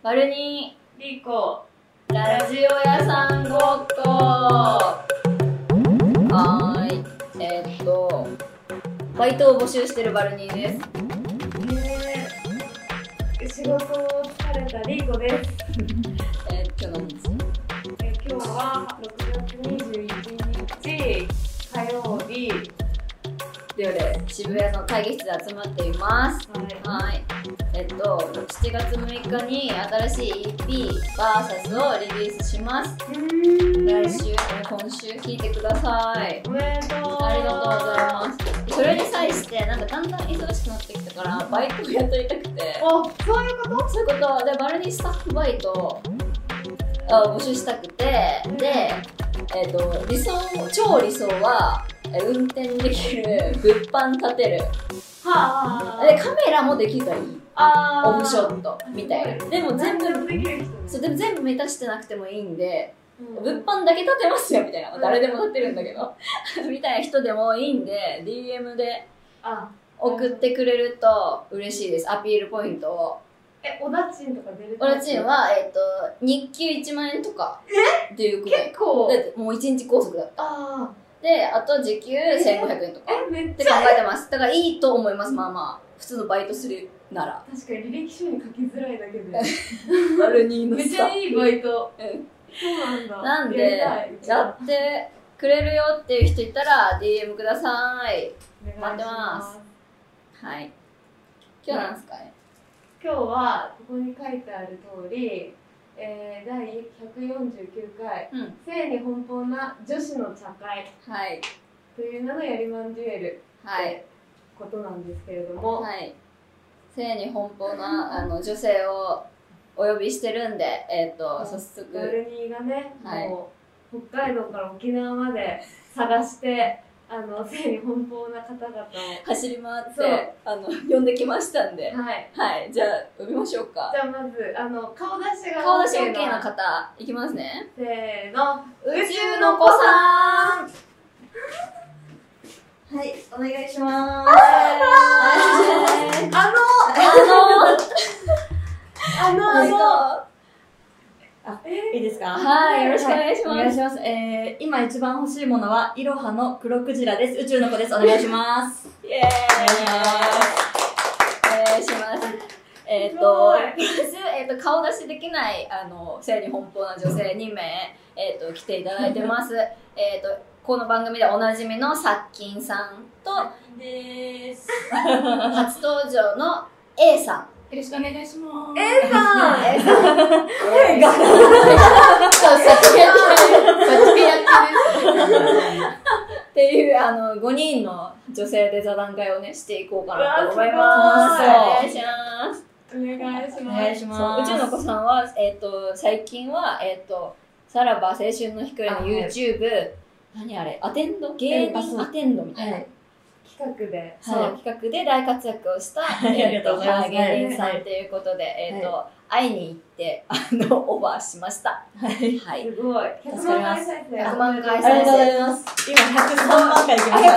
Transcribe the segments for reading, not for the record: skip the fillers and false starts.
バルニリコーラジオ屋さんごっこ。はーい。バイトを募集してるバルニーです。 仕事を疲れたリコです。 今日の日今日は6月21日火曜日夜、渋谷の会議室で集まっています。はい。7月6日に新しい EP バーサスをリリースします。来週、今週聴いてください。 おめでとう。 ありがとうございます。それに際してなんかだんだん忙しくなってきたからバイトを雇いたくて。 そういうこと？ そういうことで、バルニースタッフバイトを募集したくて、で、超理想は運転できる、物販立てる、でカメラもできたり、オフショットみたいな。でも全部満たしてなくてもいいんで、物販だけ立てますよみたいな、誰でも立てるんだけどみたいな人でもいいんで DM で送ってくれると嬉しいです。アピールポイントを。 おだちんとか出る？ おだちんは日給1万円とかっていうくらい。 結構だってもう1日拘束だった。で、あと時給1500円とかって考えてます。だからいいと思います。まあまあ普通のバイトするなら。 確かに履歴書に書きづらいだけでバルニーのめっちゃいいバイト。そうなんだ。 なんでやってくれるよっていう人いたら DM ください。待ってます。はい。今日なんすかね。 今日はここに書いてある通り、第149回、性に奔放な女子の茶会、という名のやりまんデュエルってことなんですけれども、 性に奔放な女性をお呼びしてるんで、早速バルニーがね、もう北海道から沖縄まで探して性に奔放な方々を走り回って呼んできましたんで、じゃあ呼びましょうか。 じゃあまず顔出しが OK な方いきますね。 せーの、宇宙の子さん。 はい、お願いします。いいですか？ はい、よろしくお願いします。 お願いします。今一番欲しいものは、イロハの黒クジラです。宇宙の子です。お願いします。 イエーイ。お願いします。顔出しできない性に奔放な女性2名来ていただいてます。この番組でおなじみのさっきんさんと初登場の A さん。 よろしくお願いします。 A さん声がっていう5人の女性で座談会をねしていこうかなと思います。お願いします。 お願いします。 お願いします。 宇宙の子さんは最近はさらば青春の光の YouTube、何あれアテンド芸人アテンドみたいな。 企画で、 企画で大活躍をした芸人さんということで、会いに行ってオファーしました。 すごい。100万回再生。 100万回ありがとうございます。今103万回いきました。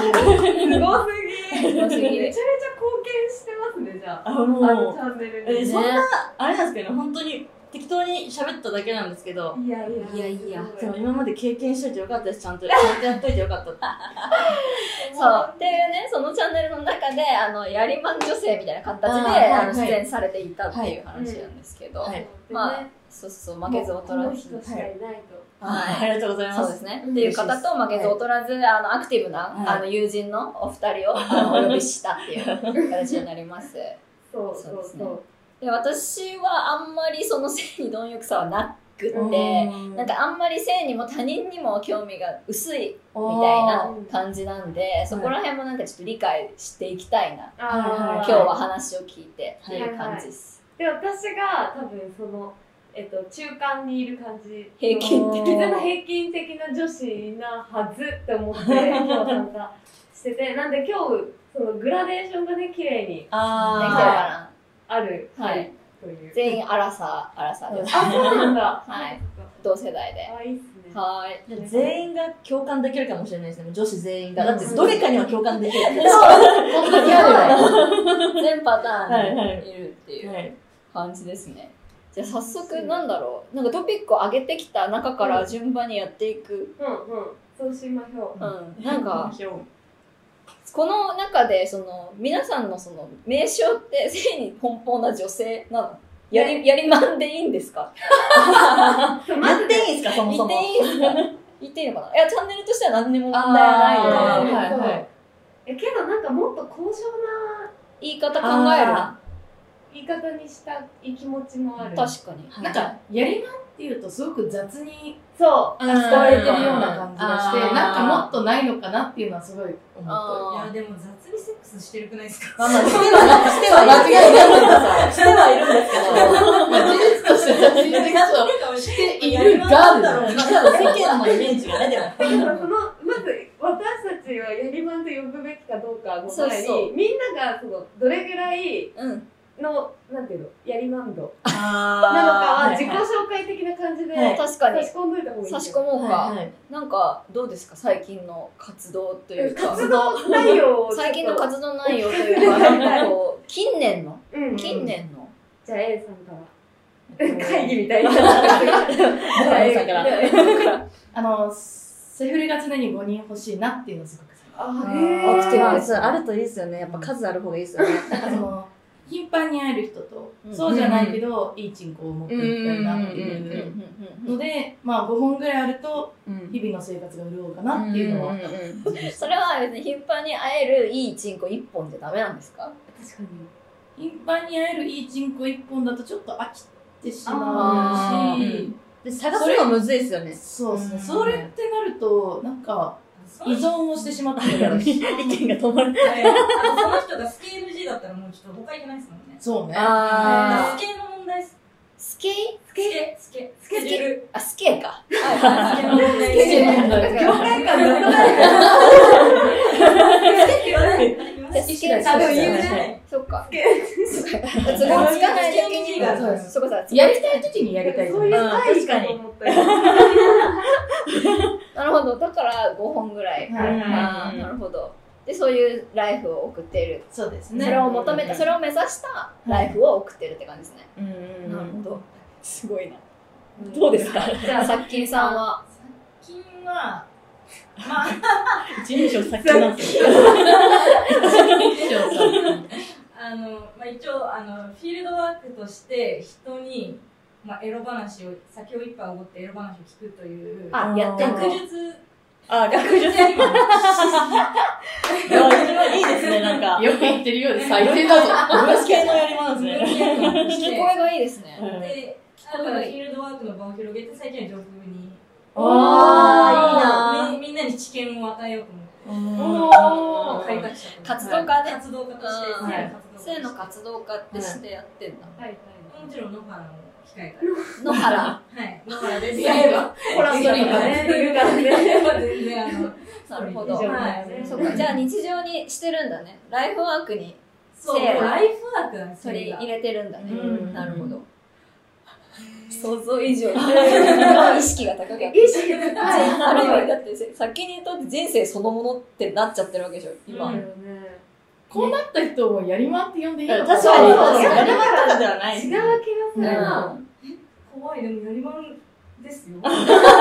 すごすぎ。めちゃめちゃ貢献してますね、じゃあ。 もうチャンネルに。 そんなあれなんですけど、本当に適当に喋っただけなんですけど、 いやでも今まで経験しといてよかったです。ちゃんとやっといてよかった。 そうっていうね、そのチャンネルの中でやりまん女性みたいな形で出演されていたっていう話なんですけど、まあそう負けず劣らず、 ありがとうございます。 そうですね。っていう方と負けず劣らずアクティブな友人のお二人をお呼びしたっていう形になります。 そうですね。で、私はあんまりその性に貪欲さはなくて、なんかあんまり性にも他人にも興味が薄いみたいな感じなんで、そこら辺もなんかちょっと理解していきたいな。今日は話を聞いてっていう感じです。 で、私が多分その中間にいる感じ、 平均的な女子なはずって思って今日参加してて、なんで今日そのグラデーションがね綺麗にできてるかな。ある、という。 全員アラサーです。 そうなんだ。 同世代で。 いいっすね。 はい。 全員が共感できるかもしれないですね。女子全員が。だってどれかには共感できる。 本当にある。全パターンいるっていう感じですね。 じゃあ早速なんだろう、なんかトピックを上げてきた中から順番にやっていく。 そうしましょう。なんかこの中でその皆さんのその名称って性に奔放な女性なの？やりまんでいいんですか？ 言っていいんですか、そもそも。 言っていいんですか？言っていいのかな？いや、チャンネルとしては何にも問題はないので。 けどなんかもっと高尚な言い方考える。 言い方にしたい気持ちもある。 確かに。 なんか、やりまんっていうとすごく雑にそう使われてるような感じがして、なんかもっとないのかなっていうのはすごい思ってる。いや、でも雑にセックスしてるくないですか？ まあまあ、してはいるんですけど、 まあ事実として雑にセックスをしているが、 世間のイメージがね、でも。 まず、私たちはやりまんと呼ぶべきかどうかの前に、みんながどれぐらいの、なんていうの、やりまん度なのかは自己紹介的な感じで確かに差し込んどいた方がいい。 差し込もうか。なんかどうですか、最近の活動というか。 活動内容。 最近の活動内容というか、なんかこう近年の。 じゃあ A さんから会議みたいな。 じゃあ A さんから。 セフレが常に5人欲しいなっていうのをすごくあるといいですよね。やっぱ数ある方がいいですよね。 頻繁に会える人と、そうじゃないけど、いいチンコを持っていきたいなっていうので、まあ5本ぐらいあると、日々の生活が潤うかなっていうのは。 それは別に頻繁に会えるいいチンコ1本じゃダメなんですか？ 確かに。頻繁に会えるいいチンコ1本だとちょっと飽きてしまうし、 で探すのむずいですよね。 そうですね。それってなると、なんか、依存をしてしまったみたいな。意見が止まる。 その人がスケ NG だったらもうちょっと他行けないですもんね。 そうね。 スケの問題です。 スケスケジュール。 あ、スケか。 スケの問題です。 業界観ずっとない。 スケって言わない。 スケ多分言うじゃない。そっか。都合つかない時にが、そこさ、 やりたい時にやりたい。 そういう会かと思ったよ。 なるほど。だから5本ぐらい。なるほど。で、そういうライフを送っている。 そうですね。 それを求めた、それを目指したライフを送ってるって感じですね。なるほど。すごいな。どうですか？じゃあ、さっきんさんは。 さっきんは、まあ、 一人称さっきなんですよ。 まあ一応、フィールドワークとして人に、まあ、エロ話を、酒を一杯おごってエロ話を聞くという、 やってんの？ 学術。 学術やります。いいですね、なんか。 よく言ってるようで最低だぞ。 文系のやりますね。 聞こえがいいですね。 で、フィールドワークの場を広げて、最近は上空に。 いいなみんなに知見を与えようと思って。開拓者。 活動家で。 活動家として。 性の活動家ってしてやってんだ。 もちろん野原の機会が。 野原。 はい。野原で出会えば。 ホラーストーリーがね、いるからね。 全然なるほど。そうか。じゃあ日常にしてるんだね。ライフワークに。 そう、ライフワークなんですよ。 取り入れてるんだね。なるほど。想像以上に意識が高かった。 意識が高い。 ある意味だって先にとって人生そのものってなっちゃってるわけでしょ、今。 こうなった人をやりまって呼んでいいのか。 確かに。やりまとかではない。 違う気がするな。 怖い、でもやりまんですよ。ち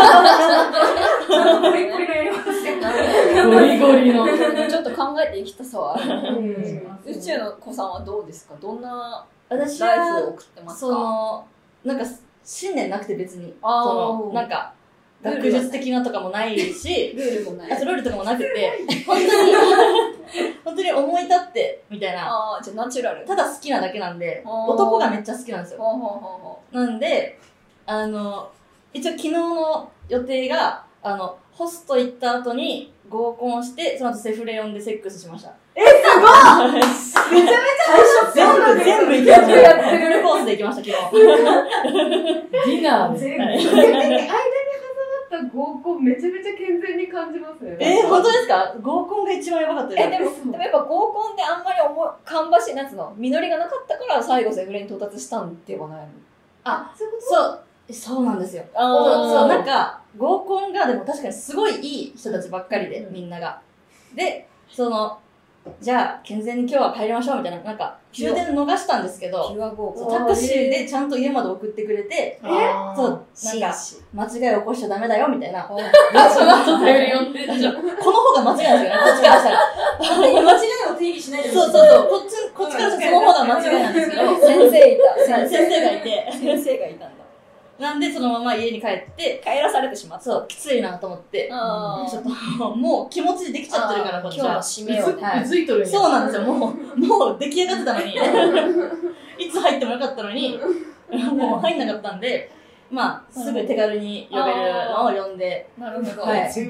ゃんとゴリゴリのやりまんですよ。 ゴリゴリの。 ちょっと考えていきたさはある。宇宙の子さんはどうですか？どんなライフを送ってますか？ なんか信念なくて別になんか学術的なとかもないし、 ルールもない。 ルールとかもなくて、本当に思い立ってみたいな。 じゃあナチュラル。 ただ好きなだけなんで、男がめっちゃ好きなんですよ。なんで、一応昨日の予定がホスト行った後に合コンして、その後セフレ呼んでセックスしました。 すごいめちゃめちゃ全部行きました。フルコースで行きました、昨日。 ディナーで。 間に挟まった合コンめちゃめちゃ健全に感じますね。 本当ですか？合コンが一番やばかったです。 でもやっぱ合コンであんまり芳しい、なんつうの、実りがなかったから最後セフレに到達したんではないの？ そうなんですよ。なんか、合コンがでも確かにすごいいい人たちばっかりで、みんなが。で、 じゃあ健全に今日は帰りましょうみたいな、なんか終電逃したんですけど、タクシーでちゃんと家まで送ってくれて、そう、なんか間違い起こしちゃダメだよみたいな。この方が間違いなんですよね、こっちからしたら。 間違いを定義しないでそう、こっちからしたらその方が間違いなんですけど、 先生がいたんだ。なんでそのまま家に帰って帰らされてしまった。 そう、きついなと思って、ちょっともう気持ちでできちゃってるから、こっちは。 今日の締めをね。 うずいとるんや。 そうなんですよ、もう出来上がってたのに、いつ入ってもよかったのに、もう入んなかったんで、まあ、すぐ手軽に呼べるのを呼んで、 なるほど。 はい。す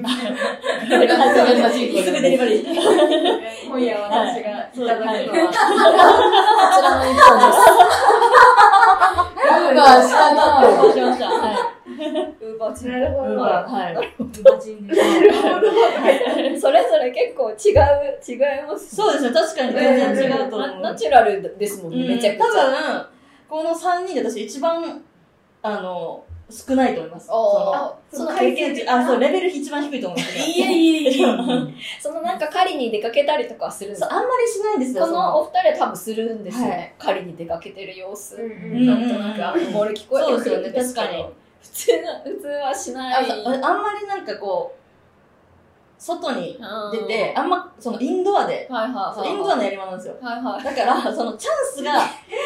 すぐデリバリー。 今夜私がいただくのは、 こちらの一本です。 ウーバーしたな。 しました。はい。 ウーバーチン。 なるほど。 はい。 ウーバーチンで。 それぞれ結構違います。 そうですね、確かに全然違うと思う。 ナチュラルですもんね、めちゃくちゃ。 多分、この3人で私一番、少ないと思います。 その経験値、 そう、レベル一番低いと思います。 いや。 そのなんか狩りに出かけたりとかするんですか？ あんまりしないんですよ。 このお二人は多分するんですよね。狩りに出かけてる様子。なんとなく、漏れ聞こえてくるんですけど。 確かに。 普通はしない。 あんまりなんかこう、外に出て、あんま、インドアで、インドアのやり場なんですよ。だから、チャンスが、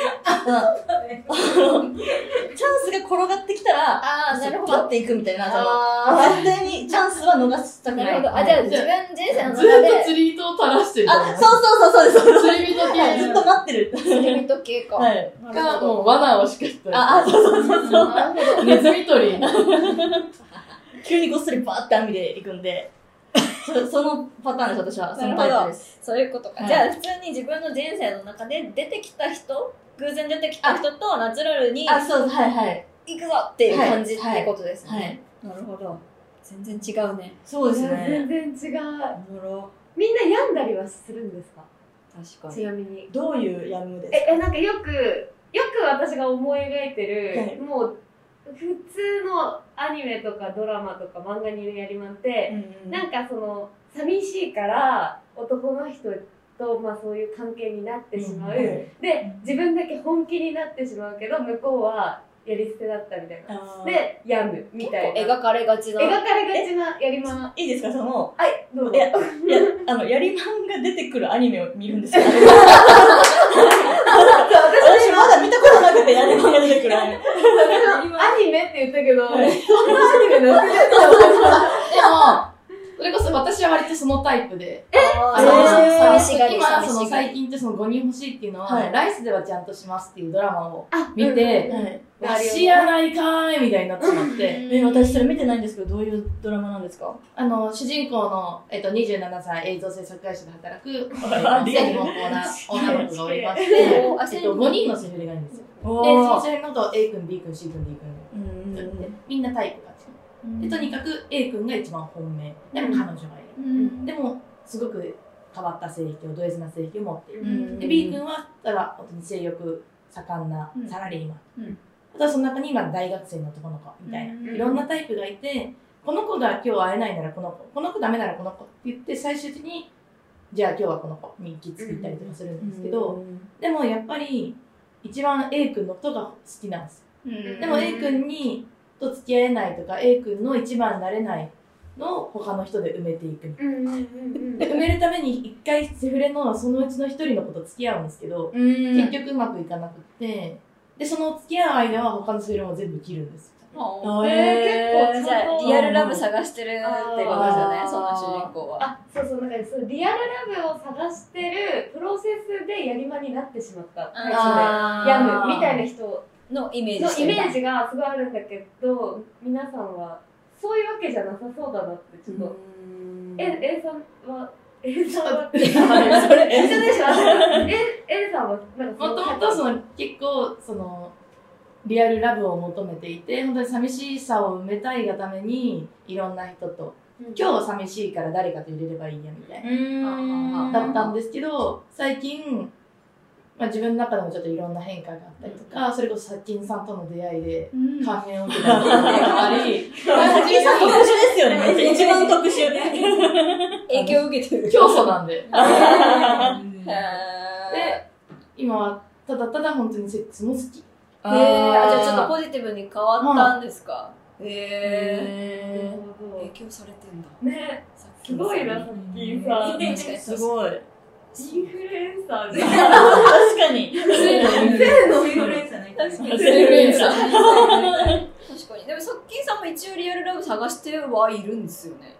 チャンスが転がってきたら、パッていくみたいな、絶対にチャンスは逃したくない。 なるほど。じゃあ自分人生のずっ中で。 と釣り糸を垂らしてる。 そうです。 釣り糸系。 ずっと待ってる。 釣り人系か。 はい。 が、もう罠を仕掛けた。 そう。 ネズミ捕り。 急にごっそりバーって網で行くんで、そのパターンです、私は。そのタイプです。 そういうことか。じゃあ普通に自分の人生の中で出てきた人、偶然出てきた人とナチュラルに、 そうです、はい。 行くぞっていう感じってことですね。なるほど。全然違うね。 そうですね。 全然違う。みんな病んだりはするんですか？ 確かに。 ちなみに。 どういう病むですか？ なんかよく私が思い描いてる、もう、普通のアニメとかドラマとか漫画にいるやりまんって、なんか寂しいから男の人と、そういう関係になってしまう、で自分だけ本気になってしまうけど向こうはやり捨てだったみたいなで病むみたいな描かれがちなやりまん。 いいですか、 はいどうぞ。 やりまんが出てくるアニメを見るんですよ。私まだ見たことなくて、やりまんが出てくるアニメ。 アニメって言ったけど、そんなアニメなくて。でも、それこそ私は割とそのタイプで。 寂しがり。 今、最近って5人欲しいっていうのは、ライスではちゃんとしますっていうドラマを見て、知らないかーいみたいになってしまって。 私それ見てないんですけど、どういうドラマなんですか？ 主人公の、27歳映像制作会社で働く、性に奔放な女の子がおりまして、5人のセフレがいるんですよ。で、そのセフレのこと A 君、B 君、C 君、D 君みんなタイプが違う。で、とにかく A 君が一番本命。でも彼女がいる。でも、すごく変わった性癖を、ド S な性癖を持っている。で、B 君は、ただ、本当に性欲盛んなサラリーマン。あとはその中に今大学生の男の子みたいな、いろんなタイプがいて、この子が今日会えないならこの子、この子ダメならこの子って言って、最終的に、じゃあ今日はこの子に行き着いたりとかするんですけど、でもやっぱり、一番 A 君のことが好きなんですよ。でも A 君と付き合えないとか、A 君の一番になれないのを他の人で埋めていく。で、埋めるために一回セフレのそのうちの一人の子と付き合うんですけど、結局うまくいかなくって、で、その付き合う間は他のセフレも全部切るんですよ。 結構じゃあリアルラブ探してるってことですよね、その主人公は。 そう、なんかリアルラブを探してるプロセスでやりまになってしまった。病むみたいな人のイメージがすごいあるんだけど、皆さんはそういうわけじゃなさそうだなってちょっと。A さんはそれ一緒でしょ。A さんはなんかもともと結構リアルラブを求めていて、本当に寂しさを埋めたいがためにいろんな人と、今日寂しいから誰かと入れればいいやみたいなだったんですけど、最近まあ、自分の中でもちょっといろんな変化があったりとか、それこそさっきんさんとの出会いで感銘を受けたりとかがあり、 さっきんさん特殊ですよね。一番特殊。 影響を受けてる。 教祖なんで。 で、 今はただただ本当にセックスも好き。 じゃあちょっとポジティブに変わったんですか？影響されてんだ。 ね、すごいな、さっきさ。 確かにすごい。 インフルエンサーじゃん。 確かに。 性のインフルエンサーね。 確かに。性のインフルエンサー。確かに。でもさっきんさんも一応リアルラブ探してはいるんですよね。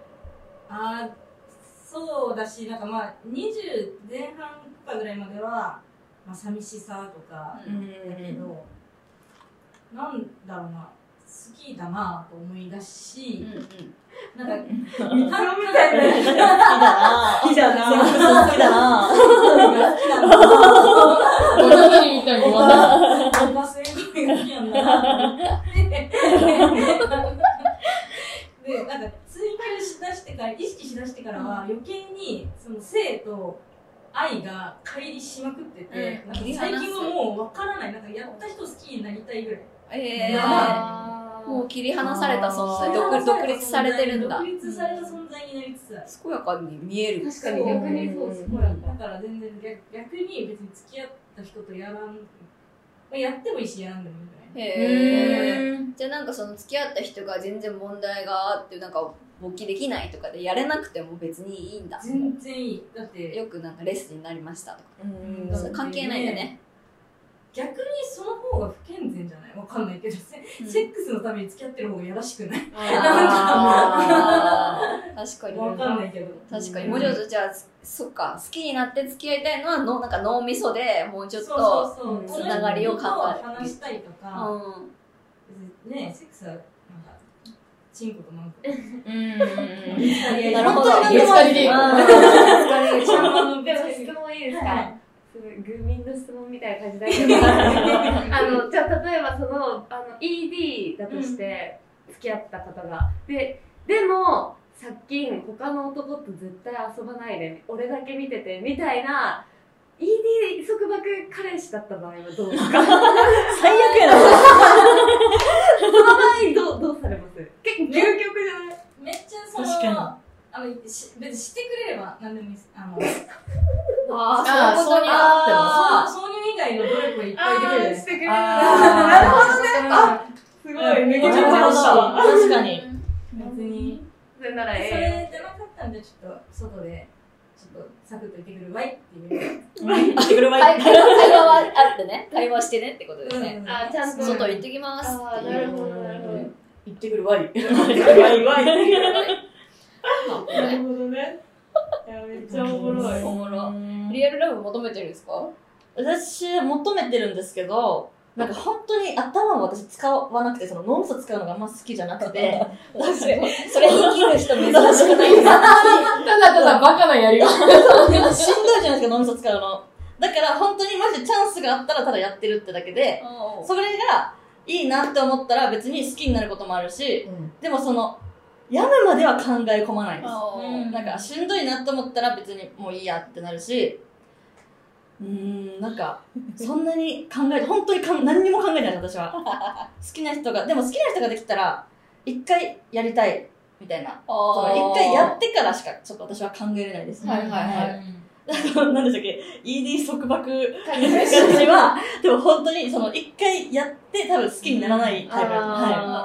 そうだし、なんかまあ20前半とかぐらいまでは、まあ、寂しさとかだけど、なんだろうな、好きだなと思い出し、なんかみたいな好きだな好きだなみたいに男性声が好きなんだなで、なんか追求しだしてから、意識しだしてからは余計にその性と愛が乖離しまくってて、なんか最近はもう分からない、なんかやった人好きになりたいぐらい。 もう切り離された存在、独立されてるんだ。 独立された存在になりつつある。 健やかに見える。 確かに逆にそう、健やか。 だから全然逆に別に付き合った人とやらん、まあ、やってもいいしやらんでもいいぐらい。 じゃあなんかその付き合った人が全然問題があってなんか勃起できないとかでやれなくても別にいいんだ。 全然いい。だってよくなんかレスになりましたとか。関係ないんだね。 逆にその方が不健全じゃない？わかんないけど、セックスのために付き合ってる方がやらしくない？ 確かに。 わかんないけど。 確かに。もうちょっとじゃあ、そっか、好きになって付き合いたいのはなんか脳みそでもうちょっとつながりを考える。 話したいとか、ね、セックスはなんかチンコとマンコ。 なるほど。 疲れでいい。でも質問いいですか？すごい愚民の質問みたいな感じだけどじゃあ例えばそのED だとして付き合った方がでもさっき他の男と絶対遊ばないで俺だけ見ててみたいな ED 束縛彼氏だった場合はどうですか？ 最悪やなその場合どうされます？結構究極じゃない？ めっちゃその別にしてくれれば何でもいいです。 挿入以外の努力がいっぱいできる。 してくれる。なるほどね。すごい。抜けちゃった。 確かに。 別に。 それならそれでなかったんで、ちょっと外で、ちょっとサクッと行ってくるわいっていう。 会話はあってね。会話してねってことですね。 ちゃんと。 外行ってきます。 なるほど、なるほど。 行ってくるわい。 わい。 なるほどね。めっちゃおもろい。 おもろ。リアルラブ求めてるんですか？ 私求めてるんですけど、なんか本当に頭を私使わなくて、その脳みそ使うのがあんま好きじゃなくて、 それ生きる人珍しくないですか？ ただバカなやりよ。 しんどいじゃないですか、脳みそ使うの。だから本当にマジでチャンスがあったらただやってるってだけで、それがいいなって思ったら別に好きになることもあるし、でもその、やむまでは考え込まないです。なんかしんどいなと思ったら別にもういいやってなるし、なんかそんなに考えて本当に何にも考えないです私は。好きな人ができたら一回やりたいみたいな。一回やってからしかちょっと私は考えれないです。 はいはいはい。 何でしたっけ ED 束縛感じはでも本当にその一回やって多分好きにならないタイプ。はい。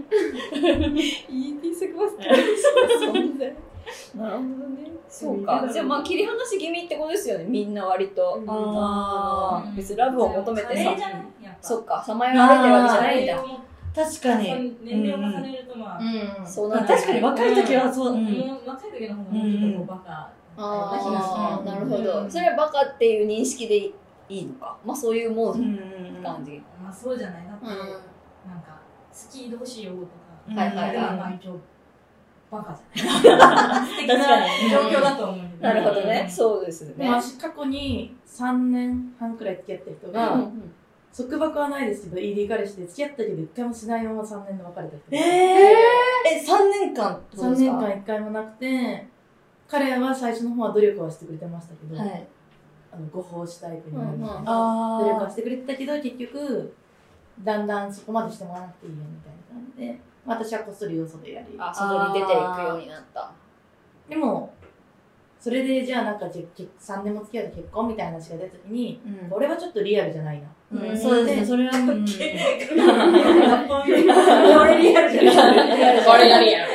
ED 束縛存在。なるほどね。そうか。じゃあまあ切り離し気味ってことですよね。みんな割と。別にラブを求めてさ。そっか。さまよわれてるわけじゃないんだ。 確かに。 年齢を重ねるとまあ。 そうなん確かに若い時はそう。 若い時の方がもうちょっとバカ。 なるほど。それはバカっていう認識でいいのか。まあそういうもん感じ。 まあそうじゃない。だってなんか好きどうしようとか。 はいはいまあ一応バカじゃない。素敵な状況だと思う。 なるほどね。そうですね。 私過去に3年半くらい付き合った人が束縛はないですけど ED 彼氏で付き合ったけど一回もしないまま3年で別れた人。 3年間ってことですか？ 3年間一回もなくて、彼は最初の方は努力はしてくれてましたけど、 ご奉仕タイプになるみたいな努力はしてくれてたけど、結局だんだんそこまでしてもらわなくていいよみたいな感じで、私はこっそりよそでやり、 外に出ていくようになった。 でもそれでじゃあなんか3年も付き合って結婚みたいな話が出た時に、これはちょっとリアルじゃないな。 そうですね、それは。これリアルじゃない。これがリアル。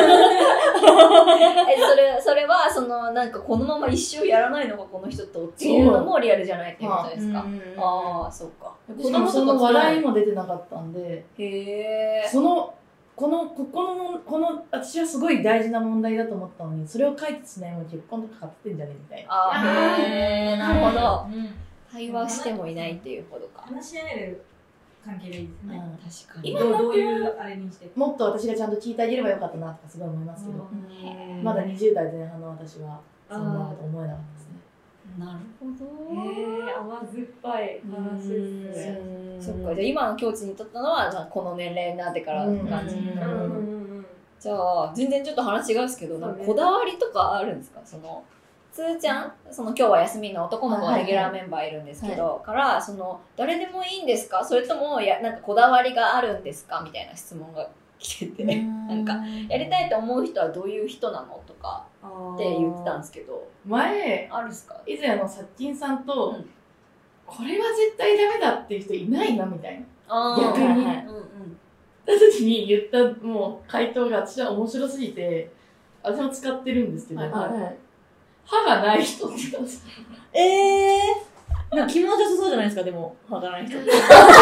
それはなんかこのまま一生やらないのがこの人とっていうのもリアルじゃないっていうことですか。ああ、そうか。 子供との笑いも出てなかったんで、 へー。 この私はすごい大事な問題だと思ったのに、それを解決しないまま結婚とかかってんじゃねみたいな。 ああ、へー、なるほど。対話してもいないっていうことか。 話し合える関係がいいですね。 確かに。 今どういうあれにしてもっと私がちゃんと聞いてあげればよかったなとかすごい思いますけど、まだ20代前半の私はそんなこと思えなかったですね。 なるほど。 甘酸っぱい話ですね。 そっか、じゃあ今の境地に至ったのはこの年齢になってからって感じ。じゃあ全然ちょっと話違うんですけど、なんかこだわりとかあるんですか？つーちゃん、今日は休みの男の子がレギュラーメンバーいるんですけど、から誰でもいいんですか？それともなんかこだわりがあるんですか？みたいな質問が来てて、なんかやりたいと思う人はどういう人なのとかって言ってたんですけど、 前あるんですか？ 以前さっきんさんと、これは絶対ダメだっていう人いないなみたいな、逆にた時に言ったもう回答が私は面白すぎて、私も使ってるんですけど、歯がない人って言ったんですよ。 なんか気持ちよさそうじゃないですか、でも、歯がない人。それ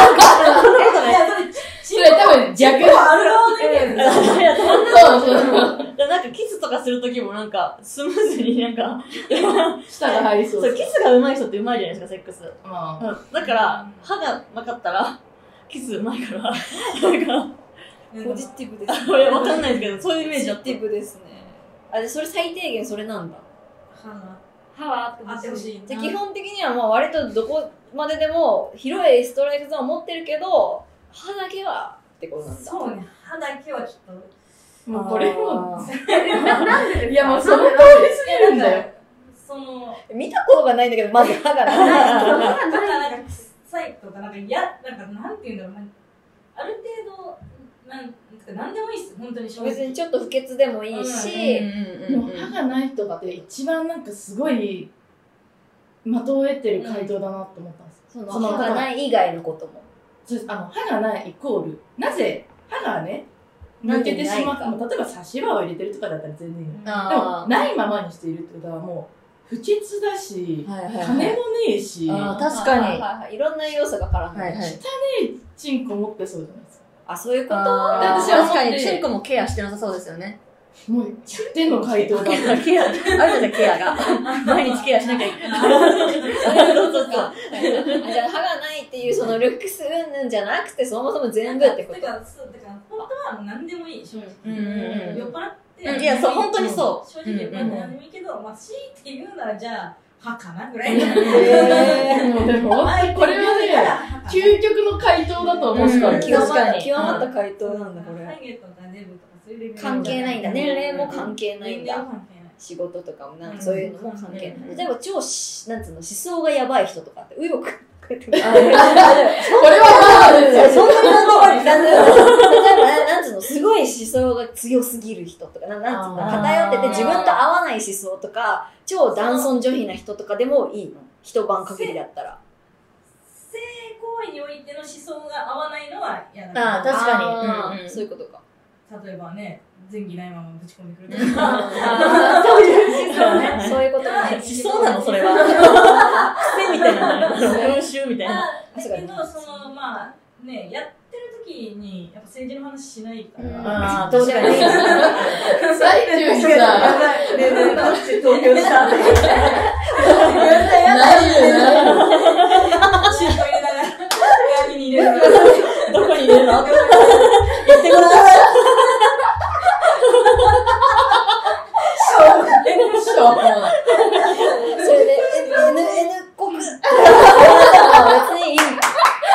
多分逆のあるのね。そう。 なんかキスとかするときもなんか、スムーズになんか、 舌が入りそう。 そう、キスが上手い人って上手いじゃないですか、セックス。だから、歯がなかったら、キス上手いから、なんか、 ポジティブですね。 これわかんないですけど、そういうイメージポジティブですね。それ最低限それなんだ。 歯はあってほしい。 じゃあ基本的にはもう割とどこまででも広いストライクゾーンを持ってるけど、歯だけはってことなんだ。 そうね、歯だけはちょっと。 もうこれも、 なんでですか？ いやもうその通りすぎるんだよ。 見たことがないんだけど、まず歯がない。 なんか臭いとか、なんかなんていうんだろう、ある程度、なんでもいいっす、本当に。 別にちょっと不潔でもいいし、 歯がない人が一番なんかすごい的を得てる回答だなと思ったんですよ。 歯がない以外のことも。 歯がないイコール、なぜ歯がね、抜けてしまった。例えば差し歯を入れてるとかだったら全然いいの。でも、ないままにしているってことはもう、不潔だし、金もねえし、 確かに。いろんな要素が絡んでる。 汚ねえチンコ持ってそうじゃないですか。 あ、そういうこと？ 私は確かにチンコもケアしてなさそうですよね。 もう、100点の回答だ。 ケア、あるじゃないですか、ケアが。毎日ケアしなきゃいけない。そうじゃあ、歯がないっていうそのルックスうんぬんじゃなくて、そもそも全部ってこと。 だから本当は何でもいい、正直。酔っ払って。 いや、そう、本当にそう。 正直酔っ払って何でもいいけど、強いて言うならじゃあ、歯かなぐらいの。 でも、これはね、究極の回答だと思う。 確かに。極まった回答なんだ、これ。関係ないんだ。年齢も関係ないんだ。仕事とかもそういうのも関係ない。例えば超なんつうの思想がやばい人とかって右翼これはそんなに例えばなんつうのすごい思想が強すぎる人とかなんつうの偏ってて自分と合わない思想とか超男尊女卑な人とかでもいいの。一晩限りだったら。 性行為においての思想が合わないのは嫌だ。 確かに。そういうことか。 例えばね、前儀ないままぶち込んでくるとか。 そういう思想ね。そういうことね。 思想なのそれは。癖みたいな。風習みたいな。 だけど、まあ、ね、やってる時に、やっぱ政治の話しないから。 どうでもいい。 最中にさ、 ねえ、どっち投票したって。 シート入れながら、部屋に入れる。 どこに入れるの？言ってください。 それで N 国別にいいんだ。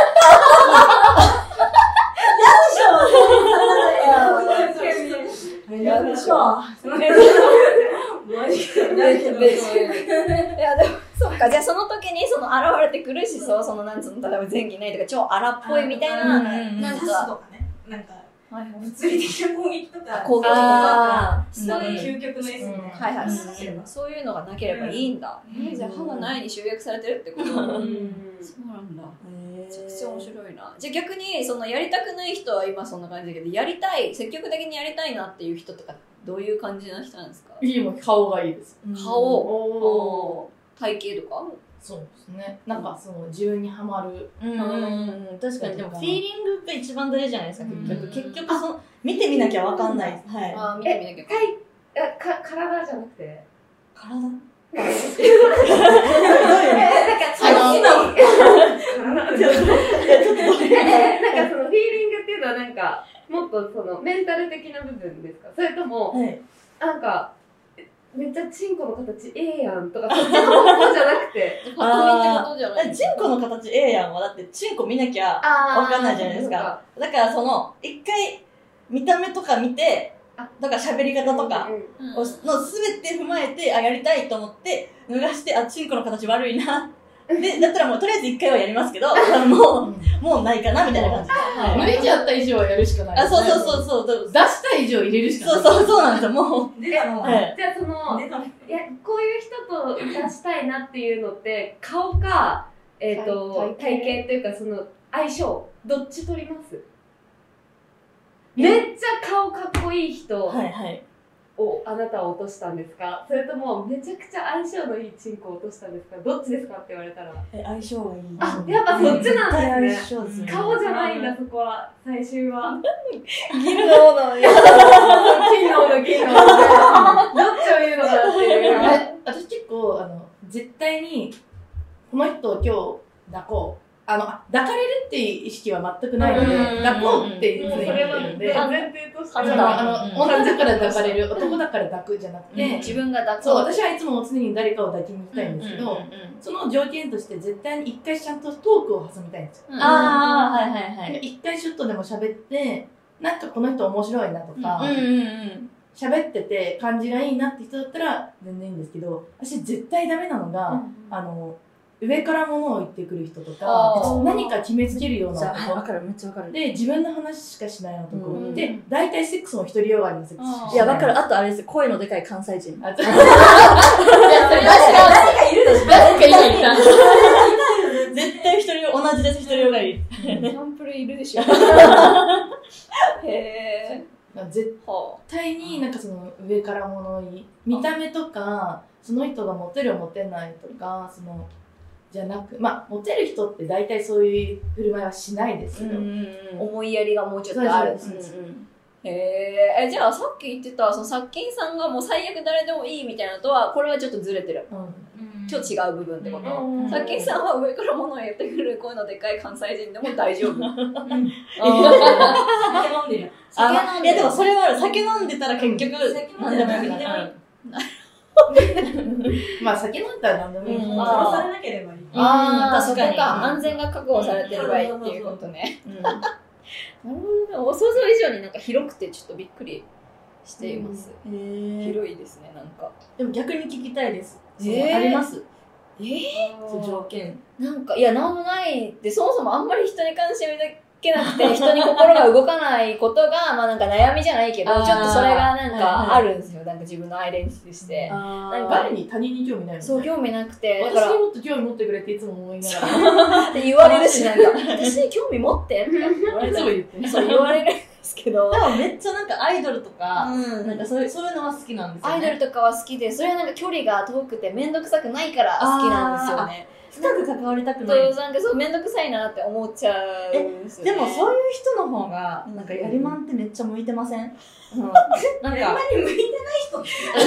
嫌でしょ。いやでもそうかじゃあその時にその現れてくる思想、そのなんつうの、例えば前期ないとか超荒っぽいみたいな、 なんかなんか物理的な攻撃とか攻撃とかそういう究極のやつみたいな、 はいはい、そういうのがなければいいんだ。じゃあ歯がないに集約されてるってこと。そうなんだ。めちゃくちゃ面白いな。じゃあ逆にそのやりたくない人は今そんな感じだけど、やりたい、積極的にやりたいなっていう人とかどういう感じな人なんですか？ も顔がいいです。 顔、体型とか？ そうですね。なんかその自分にはまる。 確かにでもフィーリングが一番大事じゃないですか。結局その見てみなきゃわかんない。 はい。見てみなきゃ。 体じゃなくて。 体？ なんかそのフィーリングっていうのはなんかもっとそのメンタル的な部分ですか？それともなんかめっちゃチンコの形ええやんとかそっちの方じゃなくてパッと見ってことじゃない？ チンコの形ええやんはだってチンコ見なきゃわかんないじゃないですか。だからその一回見た目とか見て、だから喋り方とかの全て踏まえてやりたいと思って脱がして、チンコの形悪いなで、だったらもうとりあえず一回はやりますけど、もうないかなみたいな感じで。 濡れちゃった以上はやるしかない。 そう。出した以上入れるしかない。 そうなんですよ、もう。 じゃあその、こういう人と出したいなっていうのって、顔か、体型というかその相性、どっち取ります？めっちゃ顔かっこいい人。をあなたは落としたんですか？それともめちゃくちゃ相性のいいチンコを落としたんですか？どっちですかって言われたら。 相性がいい。 やっぱそっちなんですね。顔じゃないんだ、そこは。最終は。 銀の斧の金の斧。どっちを言うのかなっていう。 私結構、絶対に、この人を今日抱こう。抱かれるっていう意識は全くないので、抱こうって常に言ってるんで、 前提として女だから抱かれる、男だから抱くじゃなくて、 自分が抱く。 そう、私はいつも常に誰かを抱きに行きたいんですけど、その条件として絶対に一回ちゃんとトークを挟みたいんですよ。一回ちょっとでも喋って、なんかこの人面白いなとか、喋ってて感じがいいなって人だったら全然いいんですけど、私絶対ダメなのが、上から物を言ってくる人とか、何か決めつけるような男。 わかる、めっちゃわかる。 で、自分の話しかしない男って、大体セックスも独りよがりのセックス。 いや、わかる。あとあれです。声のでかい関西人。いや、それは誰かいるでしょ。誰かいた。 絶対同じです、独りよがり。 サンプルいるでしょ。へー。絶対になんかその上から物を言い、見た目とか、その人がモテるモテないとか、じゃなく、モテる人って大体そういう振る舞いはしないですけど、 思いやりがもうちょっとあるんですね。じゃあさっき言ってたその殺菌さんがもう最悪誰でもいいみたいなのとはこれはちょっとずれてる。ちょっと違う部分ってこと。殺菌さんは上から物を言ってくる声のでかい関西人でも大丈夫。酒飲んでる。 いやでもそれはある。酒飲んでたら結局何でもよくなる。 酒飲んだら何でもいい。 殺されなければいい。 確かに。安全が確保されてる場合っていうことね。なるほど。想像以上になんか広くてちょっとびっくりしています。広いですね、なんか。 でも逆に聞きたいです。あります？条件。 なんか、いや、なんもないって、そもそもあんまり人に関心を抱けなくて、人に心が動かないことが、なんか悩みじゃないけど、ちょっとそれがなんかあるんですよ。なんか自分のアイデンティティして。なんか誰に他人に興味ないの？ そう、興味なくて。 私にもっと興味持ってくれっていつも思いながら。 って言われるし、なんか、私に興味持ってって言われる。そう言われるんですけど。 でもめっちゃなんかアイドルとか、なんかそういうのは好きなんですよね。 アイドルとかは好きで、それはなんか距離が遠くてめんどくさくないから好きなんですよね。 深く関わりたくない。 なんかそう、めんどくさいなって思っちゃうんですよね。 でもそういう人の方が、なんかやりまんってめっちゃ向いてません？なんか。 やりまんに向いてない人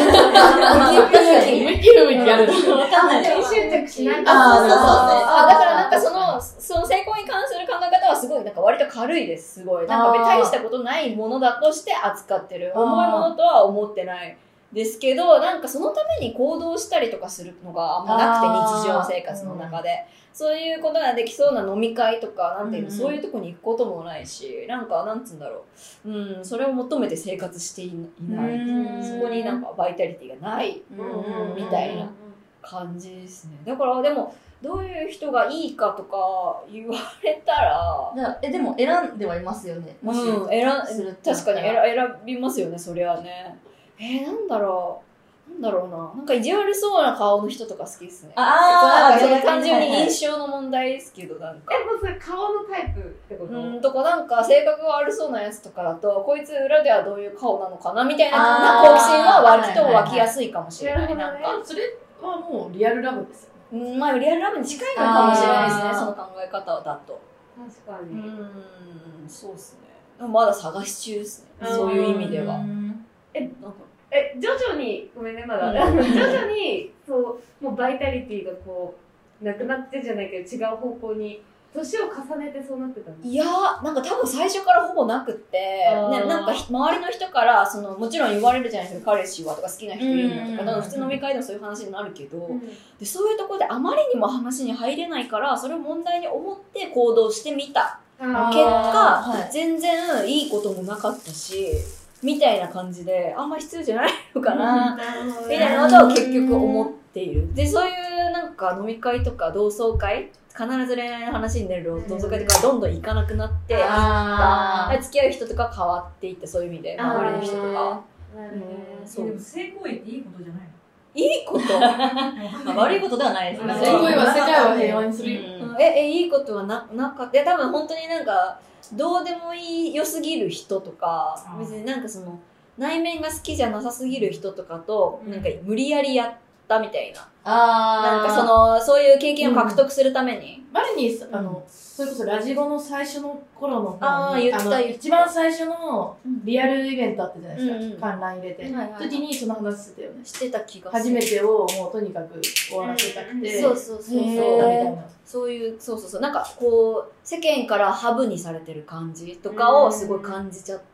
向き不向きある。 わかんない。 執着しない。 だからなんかその成功に関する考え方はすごいなんか割と軽いです。すごい。なんか大したことないものだとして扱ってる。重いものとは思ってない。ですけど、なんかそのために行動したりとかするのがあんまなくて、日常生活の中で。そういうことができそうな飲み会とか、なんていうの、そういうとこに行くこともないし、なんか、なんつうんだろう。それを求めて生活していない。そこになんかバイタリティがない、みたいな感じですね。だからでもどういう人がいいかとか言われたらでも選んではいますよね。もし確かに選びますよね、そりゃね。なんだろうな。なんか意地悪そうな顔の人とか好きですね。単純に印象の問題ですけど、なんか。 もうそれ顔のタイプってこと？ とかなんか性格が悪そうなやつとかだと、こいつ裏ではどういう顔なのかなみたいな好奇心は割と湧きやすいかもしれない。なんかそれはもうリアルラブですよ。 まあリアルラブに近いのかもしれないですね、その考え方だと。 確かに。 そうですね。まだ探し中ですね、そういう意味では。 徐々に、ごめんね、まだ。徐々に、もうバイタリティがなくなってじゃないけど、違う方向に、年を重ねてそうなってたの？ いやー、なんか多分最初からほぼなくって、なんか周りの人から、もちろん言われるじゃないですか、彼氏はとか好きな人いるのとか、普通の飲み会でもそういう話になるけど、でそういうところであまりにも話に入れないから、それを問題に思って行動してみた。結果、全然いいこともなかったし、みたいな感じで、あんま必要じゃないのかな、みたいなことを結局思っている。で、そういうなんか飲み会とか同窓会、必ず恋愛の話になる同窓会とかどんどん行かなくなっていった。付き合う人とか変わっていって、そういう意味で、周りの人とか。 でも性行為っていいことじゃないの？ いいこと悪いことではないですね。 性行為は世界を平和にする。 いいことはなかった。多分本当になんか、どうでも良すぎる人とか、別になんか内面が好きじゃなさすぎる人とかと、なんか無理やりやったみたいな。なんかそういう経験を獲得するために。 前に、それこそラジゴの最初の頃の方に、一番最初のリアルイベントあったじゃないですか。観覧入れて。時にその話してたよね。 してた気がする。 初めてをもうとにかく終わらせたくて。 そういう、なんか世間からハブにされてる感じとかをすごい感じちゃって、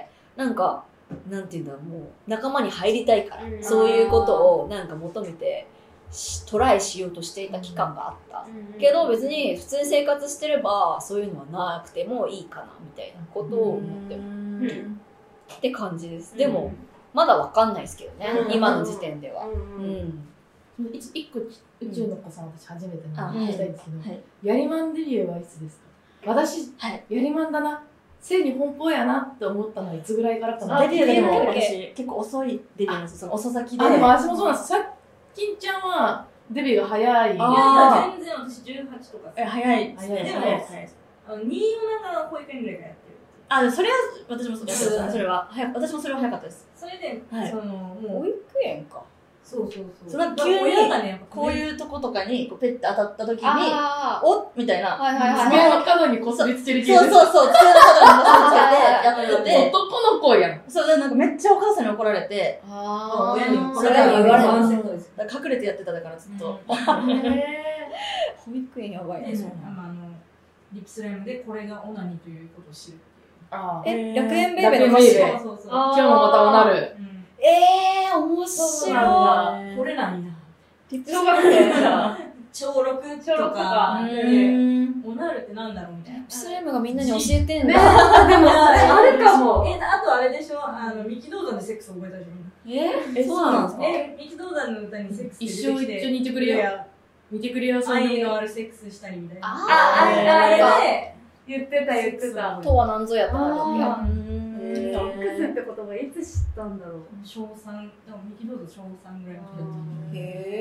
なんか、なんていうんだろう、もう仲間に入りたいから、そういうことをなんか求めてトライしようとしていた期間があった。けど別に普通に生活してればそういうのはなくてもいいかなみたいなことを思ってるって感じです。でもまだわかんないですけどね、今の時点では。 一個宇宙の子さん、私初めて聞きたいんですけど、ヤリマンデビューはいつですか？私、ヤリマンだな、性に奔放やなって思ったのはいつぐらいからかな。 デビューでも私結構遅いデビューなんですよ。遅咲きで。 でも私もそうなんです。さっきんちゃんはデビューが早い。 全然私18とか。 早い。 でも、新米が保育園ぐらいからやってる。 それは私もそうです。私もそれは早かったです。 それで、 もう保育園か。 そう。 急にこういうとことかにペッて当たった時に、おっみたいな。 爪の角にこすりつける系。 そう、爪の角にこすりつけてやってて。 男の子やん。 そうで、なんかめっちゃお母さんに怒られて、 親にそれ言われます。 隠れてやってただからずっと。 保育園やばいね。 リプスライムでこれがオナニーということを知るっていう。楽園ベイベーの歌詞。 今日もまたおなる。 面白い。 これなんや。 小学生小6とか、おなるってなんだろうみたいな。 スライムがみんなに教えてんだ。 でも、あるかも。 あとあれでしょ、三木道山でセックス覚えたじゃん。 そうなんですか？ 三木道山の歌にセックス一生一緒にいてくれよ。見てくれよ、 愛のあるセックスしたりみたいな。 あれで言ってた。 とは何ぞやったんだろう。 セックスって言葉いつ知ったんだろう。 小3、三木道山小3ぐらいの時。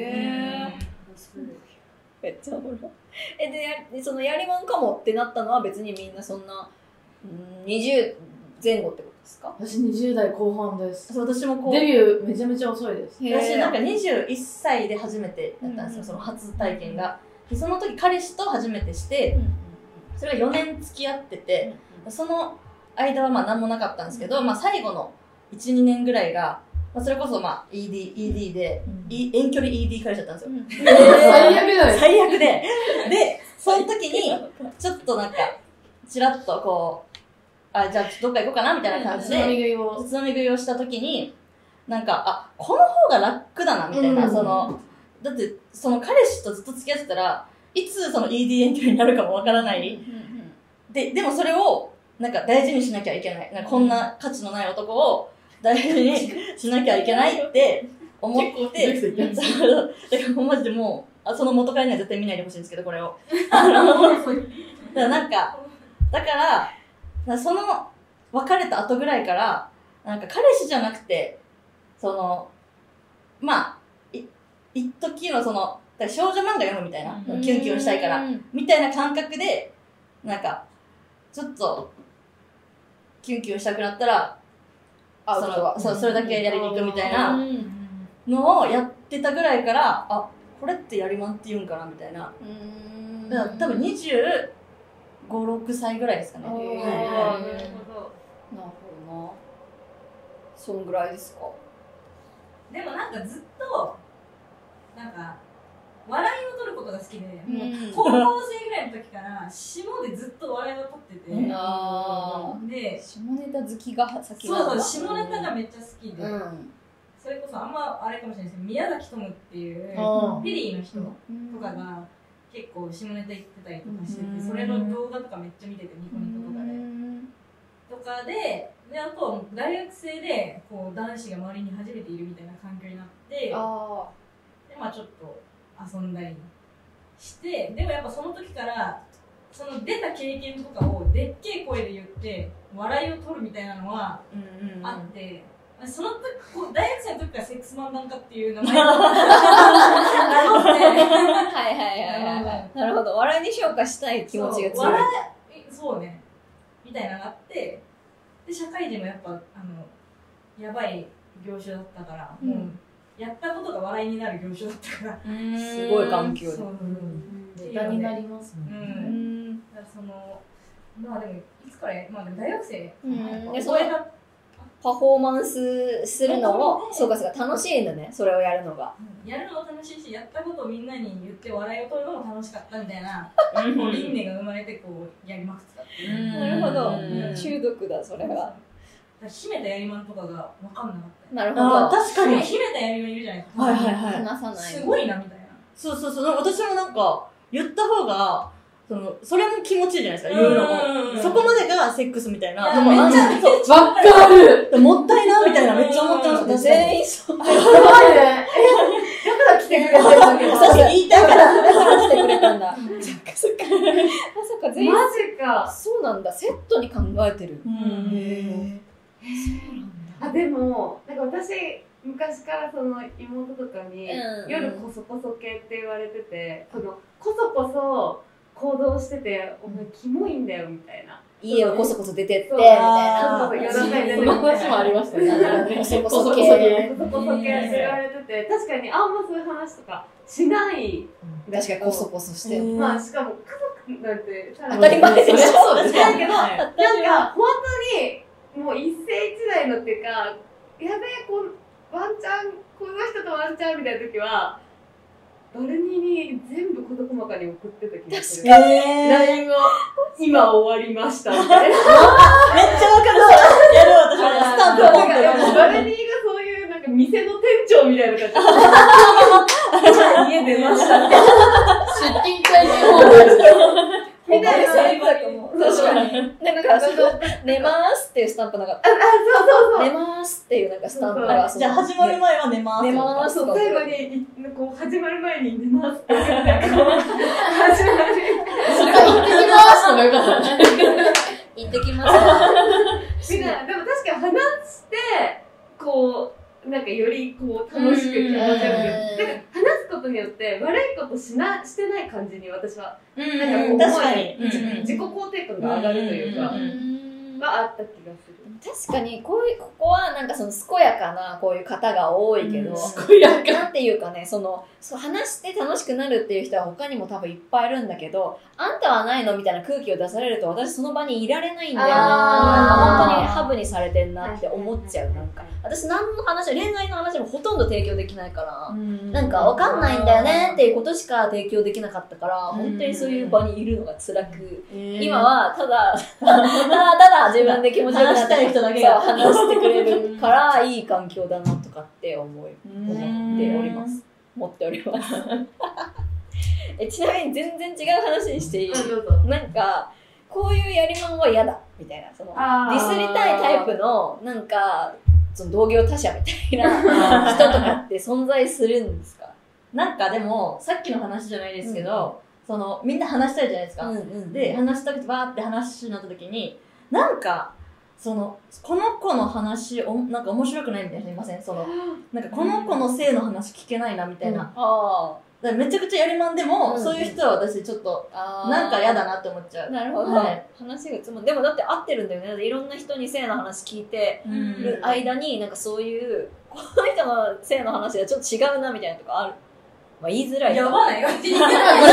めっちゃおもろい。で、そのやりまんかもってなったのは別にみんなそんな、20前後ってことですか？ 私20代後半です。 私もデビューめちゃめちゃ遅いです。 私なんか21歳で初めてやったんですよ、その初体験が。でその時彼氏と初めてして、それは4年付き合ってて、その間は何もなかったんですけど、最後の 1,2 年ぐらいが、それこそED で、遠距離 ED 彼氏だったんですよ。 最悪だよ。 最悪で。で、その時に、ちょっとなんか、ちらっとこう、じゃあどっか行こうかなみたいな感じで、つまみ食いをした時に、なんか、この方が楽だなみたいな、だって、その彼氏とずっと付き合ってたら、いつその ED 遠距離になるかもわからない。でもそれを、なんか大事にしなきゃいけない。なんかこんな価値のない男を大事にしなきゃいけないって思ってだからマジでもうその元彼には絶対見ないでほしいんですけどこれをだからその別れた後ぐらいからなんか彼氏じゃなくてまあ一時の少女漫画読むみたいな、キュンキュンしたいからみたいな感覚でなんかちょっとキュンキュンしたくなったらそれだけやりに行くみたいなのをやってたぐらいからこれってやりまんって言うんかなみたいな。だから多分25、6歳ぐらいですかね。 なるほどな。そんぐらいですか。 でもなんかずっとなんか笑いを取ることが好きで、高校生ぐらいの時から下でずっと笑いを取ってて、で下ネタ好きが先なんだ。そう下ネタがめっちゃ好きで、それこそあんまあれかもしれないですけど宮崎トムっていうペリーの人とかが結構下ネタ言ってたりとかしてて、それの動画とかめっちゃ見ててニコニコとかであと大学生でこう男子が周りに初めているみたいな環境になって、でまあちょっと遊んだりしてでもやっぱその時からその出た経験とかをでっけえ声で言って笑いを取るみたいなのはあって、その時大学生の時からセックス漫談家っていう名前を名乗ってなるほど笑いに昇華したい気持ちが強いそうねみたいなのがあってで社会人もやっぱやばい業種だったから、もうやったことが笑いになる業種だったからすごい環境でネタになりますね。 だからまあでもいつからまあでも大学生でそれパフォーマンスするのをそうか楽しいんだねそれをやるのが、 やるのも楽しいしやったことをみんなに言って笑いを取るのも楽しかったみたいな輪廻が生まれてこうやりまくってたっていう。 なるほど中毒だそれは。 秘めたやりまんとかが分かんなかった。 なるほど。 確かに。 秘めたやりまんいるじゃないですか。 話さない。 すごいなみたいな。 そう私もなんか言った方がそれも気持ちいいじゃないですか、言うのも。そこまでがセックスみたいな。 めっちゃわかる。 もったいなみたいなめっちゃ思ってました。 全員そう。 すごいね。だから来てくれてるわけだ。言いたいから来てくれたんだ。そっか全員。 マジか。 そうなんだ。セットに考えてる。 でもなんか私昔からその妹とかに、夜こそこそ系って言われてて、こそこそ行動しててお前キモいんだよみたいな。 家をこそこそ出てってみたいな。 夜中に出てる。その話もありましたね。 こそこそ系。 こそこそ系って言われてて、確かにあんまそういう話とかしない。 確かにこそこそして。 まあしかも家族なんて当たり前でしょ。 そうですだけど、なんか本当にもう一世一代のっていうか、やべえワンチャンこの人とワンチャンみたいな時はバルニーに全部事細かに送ってた気がする。LINE を今終わりましたみたいな。めっちゃわかる。やる私もスタンプポンってバルニーがそういうなんか店の店長みたいな感じで今家出ましたみたいな。 出勤会議ホームみたいな。 確かに。なんか寝ますっていうスタンプなかった。 そう。 寝ますっていうなんかスタンプが。 じゃあ始まる前は寝ます。 寝ます。 最後にこう始まる前に寝ますって始まる。 それが行ってきますとかよかったね。 行ってきます。 みたいな。でも確かに話してこうなんかよりこう楽しく気持ちよく。なんか話すことによって悪いことしてない感じに私はなんかこう確かに自己肯定感が上がるというかがあった気がする。 確かにここはなんかその健やかなこういう方が多いけど、なんていうかね話して楽しくなるっていう人は他にも多分いっぱいいるんだけど、あんたはないのみたいな空気を出されると私その場にいられないんだよね。なんか本当にハブにされてんなって思っちゃう。なんか私何の話恋愛の話もほとんど提供できないから、なんか分かんないんだよねっていうことしか提供できなかったから、本当にそういう場にいるのが辛く、今はただ自分で気持ちよくなって人だけが話してくれるからいい環境だなとかって思っております。持っております。ちなみに全然違う話にしていい？なんかこういうやりまんは嫌だみたいな、ディスりたいタイプのなんかその同業他社みたいな人とかって存在するんですか？ なんかでも、さっきの話じゃないですけど、その、みんな話したいじゃないですか。で、話したくてバーって話になった時に、なんか、その、この子の話、なんか面白くないみたいな人いません？その、なんかこの子の性の話聞けないなみたいな。だからめちゃくちゃやりまんでも、そういう人は私ちょっと、なんか嫌だなって思っちゃう。 なるほど。話がでもだって合ってるんだよね。いろんな人に性の話聞いてる間に、なんかそういう、この人の性の話がちょっと違うなみたいなとかある。まあ言いづらい。 やばないよ。言いづらい。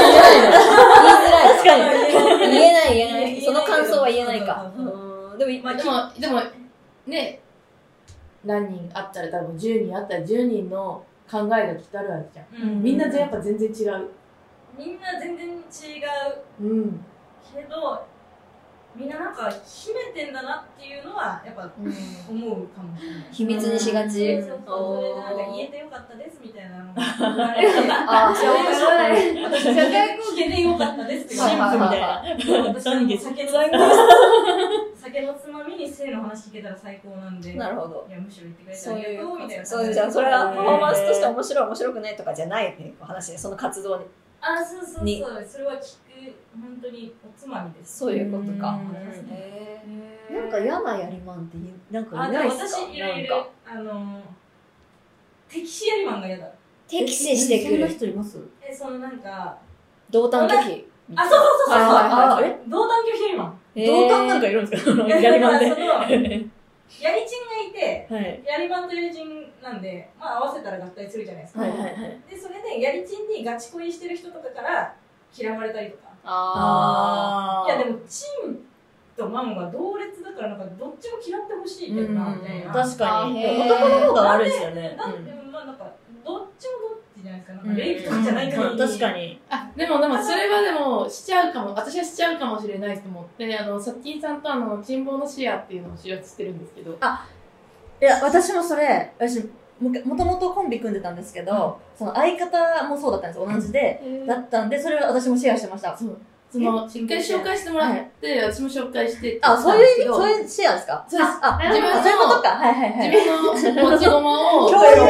確かに。言えない。その感想は言えないか。 でも、ね、何人あったら多分10人あったら10人の考えがきっとあるわけじゃん。みんなやっぱ全然違う。 みんな全然違う。けど、みんななんか秘めてんだなっていうのはやっぱ思うかもしれない。 秘密にしがち。 それでなんか言えてよかったですみたいなのが言われて、私社会貢献でよかったですってシンプルみたいな。 私酒のつまみに性の話聞けたら最高なんで。 なるほど。 いやむしろ言ってくれてありがとうみたいな。 そうじゃん。それはパフォーマンスとして面白くないとかじゃない話で、その活動に。 そう。それは聞く本当におつまみです。 そういうことか。なんか嫌なやりまんってなんかいないっすか？ 私いる敵視やりまんが嫌だ。 敵視してくる。 そんな人います？ そのなんか同担拒否。 そう。同担拒否やりまん。 同担なんかいるんですか？やりまんで。 やりちんがいて、やりまんとやりちんなんで、まあ合わせたら合体するじゃないですか。で、それでやりちんにガチ恋してる人とかから嫌われたりとか。いやでもチンとマンは同列だからなんかどっちも嫌ってほしいけどなみたいな。 確かに。男の方が悪いですよね。 なんかどっちもどっちじゃないですか。なんかレイプとかじゃないから。 確かに。 でもそれはでもしちゃうかも。私はしちゃうかもしれないと思って、さっきんさんと珍望の視野っていうのを知ってるんですけど。 いや、私もそれ、もともとコンビ組んでたんですけど、その相方もそうだったんです。同じで、だったんで、それを私もシェアしてました。 一回紹介してもらって、私も紹介して。 そういうシェアですか？ そうです。 そういうことか。 自分の持ち駒を共有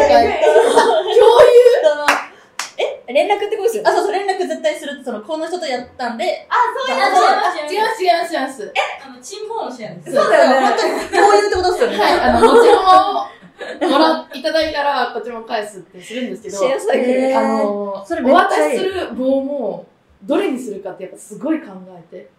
連絡ってことですよ。そう、連絡絶対するって、この人とやったんで。 そういうの違います。 チンボーのシェアです。 そうだよね。本当に共有ってことですよね。 持ち駒をいただいたら、こっちも返すってするんですけど、 シェアサイクル。 お渡しする棒も、どれにするかってやっぱすごい考えて。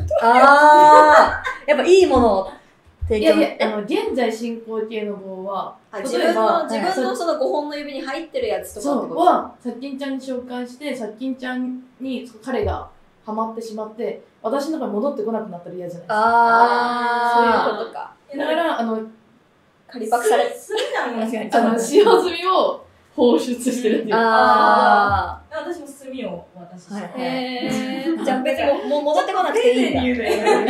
やっぱいいものを提供。 現在進行形の棒は、 自分のその5本の指に入ってるやつとかってことは、さっきんちゃんに紹介して、さっきんちゃんに彼がハマってしまって、私の中に戻ってこなくなったら嫌じゃないですか。 そういうことか。 だから、 仮パクされするなもん。 使用済みを放出してるっていう。 私も炭を渡してじゃあ別にもう戻ってこなくていいんだ。いい。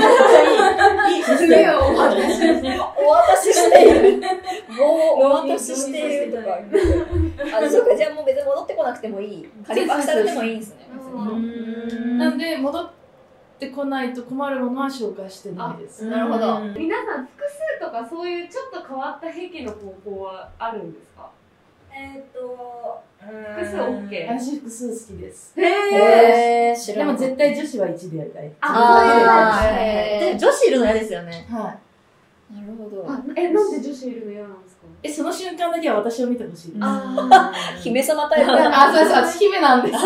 炭をお渡ししている。 お渡ししているとか。そうか、じゃあもう別に戻ってこなくてもいい。仮パクされてもいいんですね。 なんで、戻ってこないと困るものは紹介してないです。 なるほど。 皆さん、複数とかそういうちょっと変わった癖の方法はあるんですか？複数 OK。 私複数好きです。 でも絶対女子は1でやりたい。 女子いるの嫌ですよね。 はい。 なるほど。 なんで女子いるの嫌なんですか？ その瞬間だけは私を見てほしい。 姫様タイプ。 そうです。私姫なんですよ。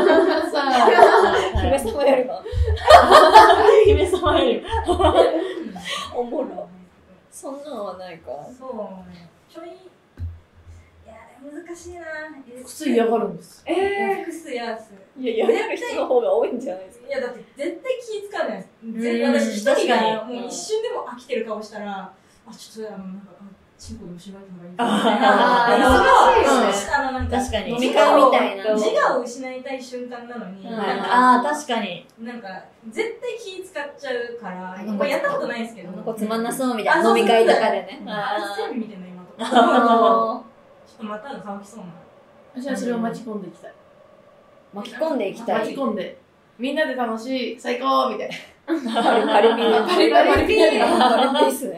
姫様よりも。 姫様よりも。 おもろ。そんなのはないか。 そうね。ちょい。難しいな。 複数嫌がるんです。 複数嫌です。 嫌がる人の方が多いんじゃないですか。 いやだって絶対気使うじゃないですか。私一人がもう一瞬でも飽きてる顔したら、ちょっとなんかチンコでも縛るのがいいかな。 忙しいですね。 確かに。 飲み会みたいな。 自我を失いたい瞬間なのに。 確かに。 なんか絶対気使っちゃうから、これやったことないですけど。 つまんなそうみたいな飲み会とかでね。 全部見てんの今とか。ちょっとまた乾きそうな。 私はそれを巻き込んでいきたい。 巻き込んでいきたい。 巻き込んで。みんなで楽しい、最高みたいな。 パリピっすね。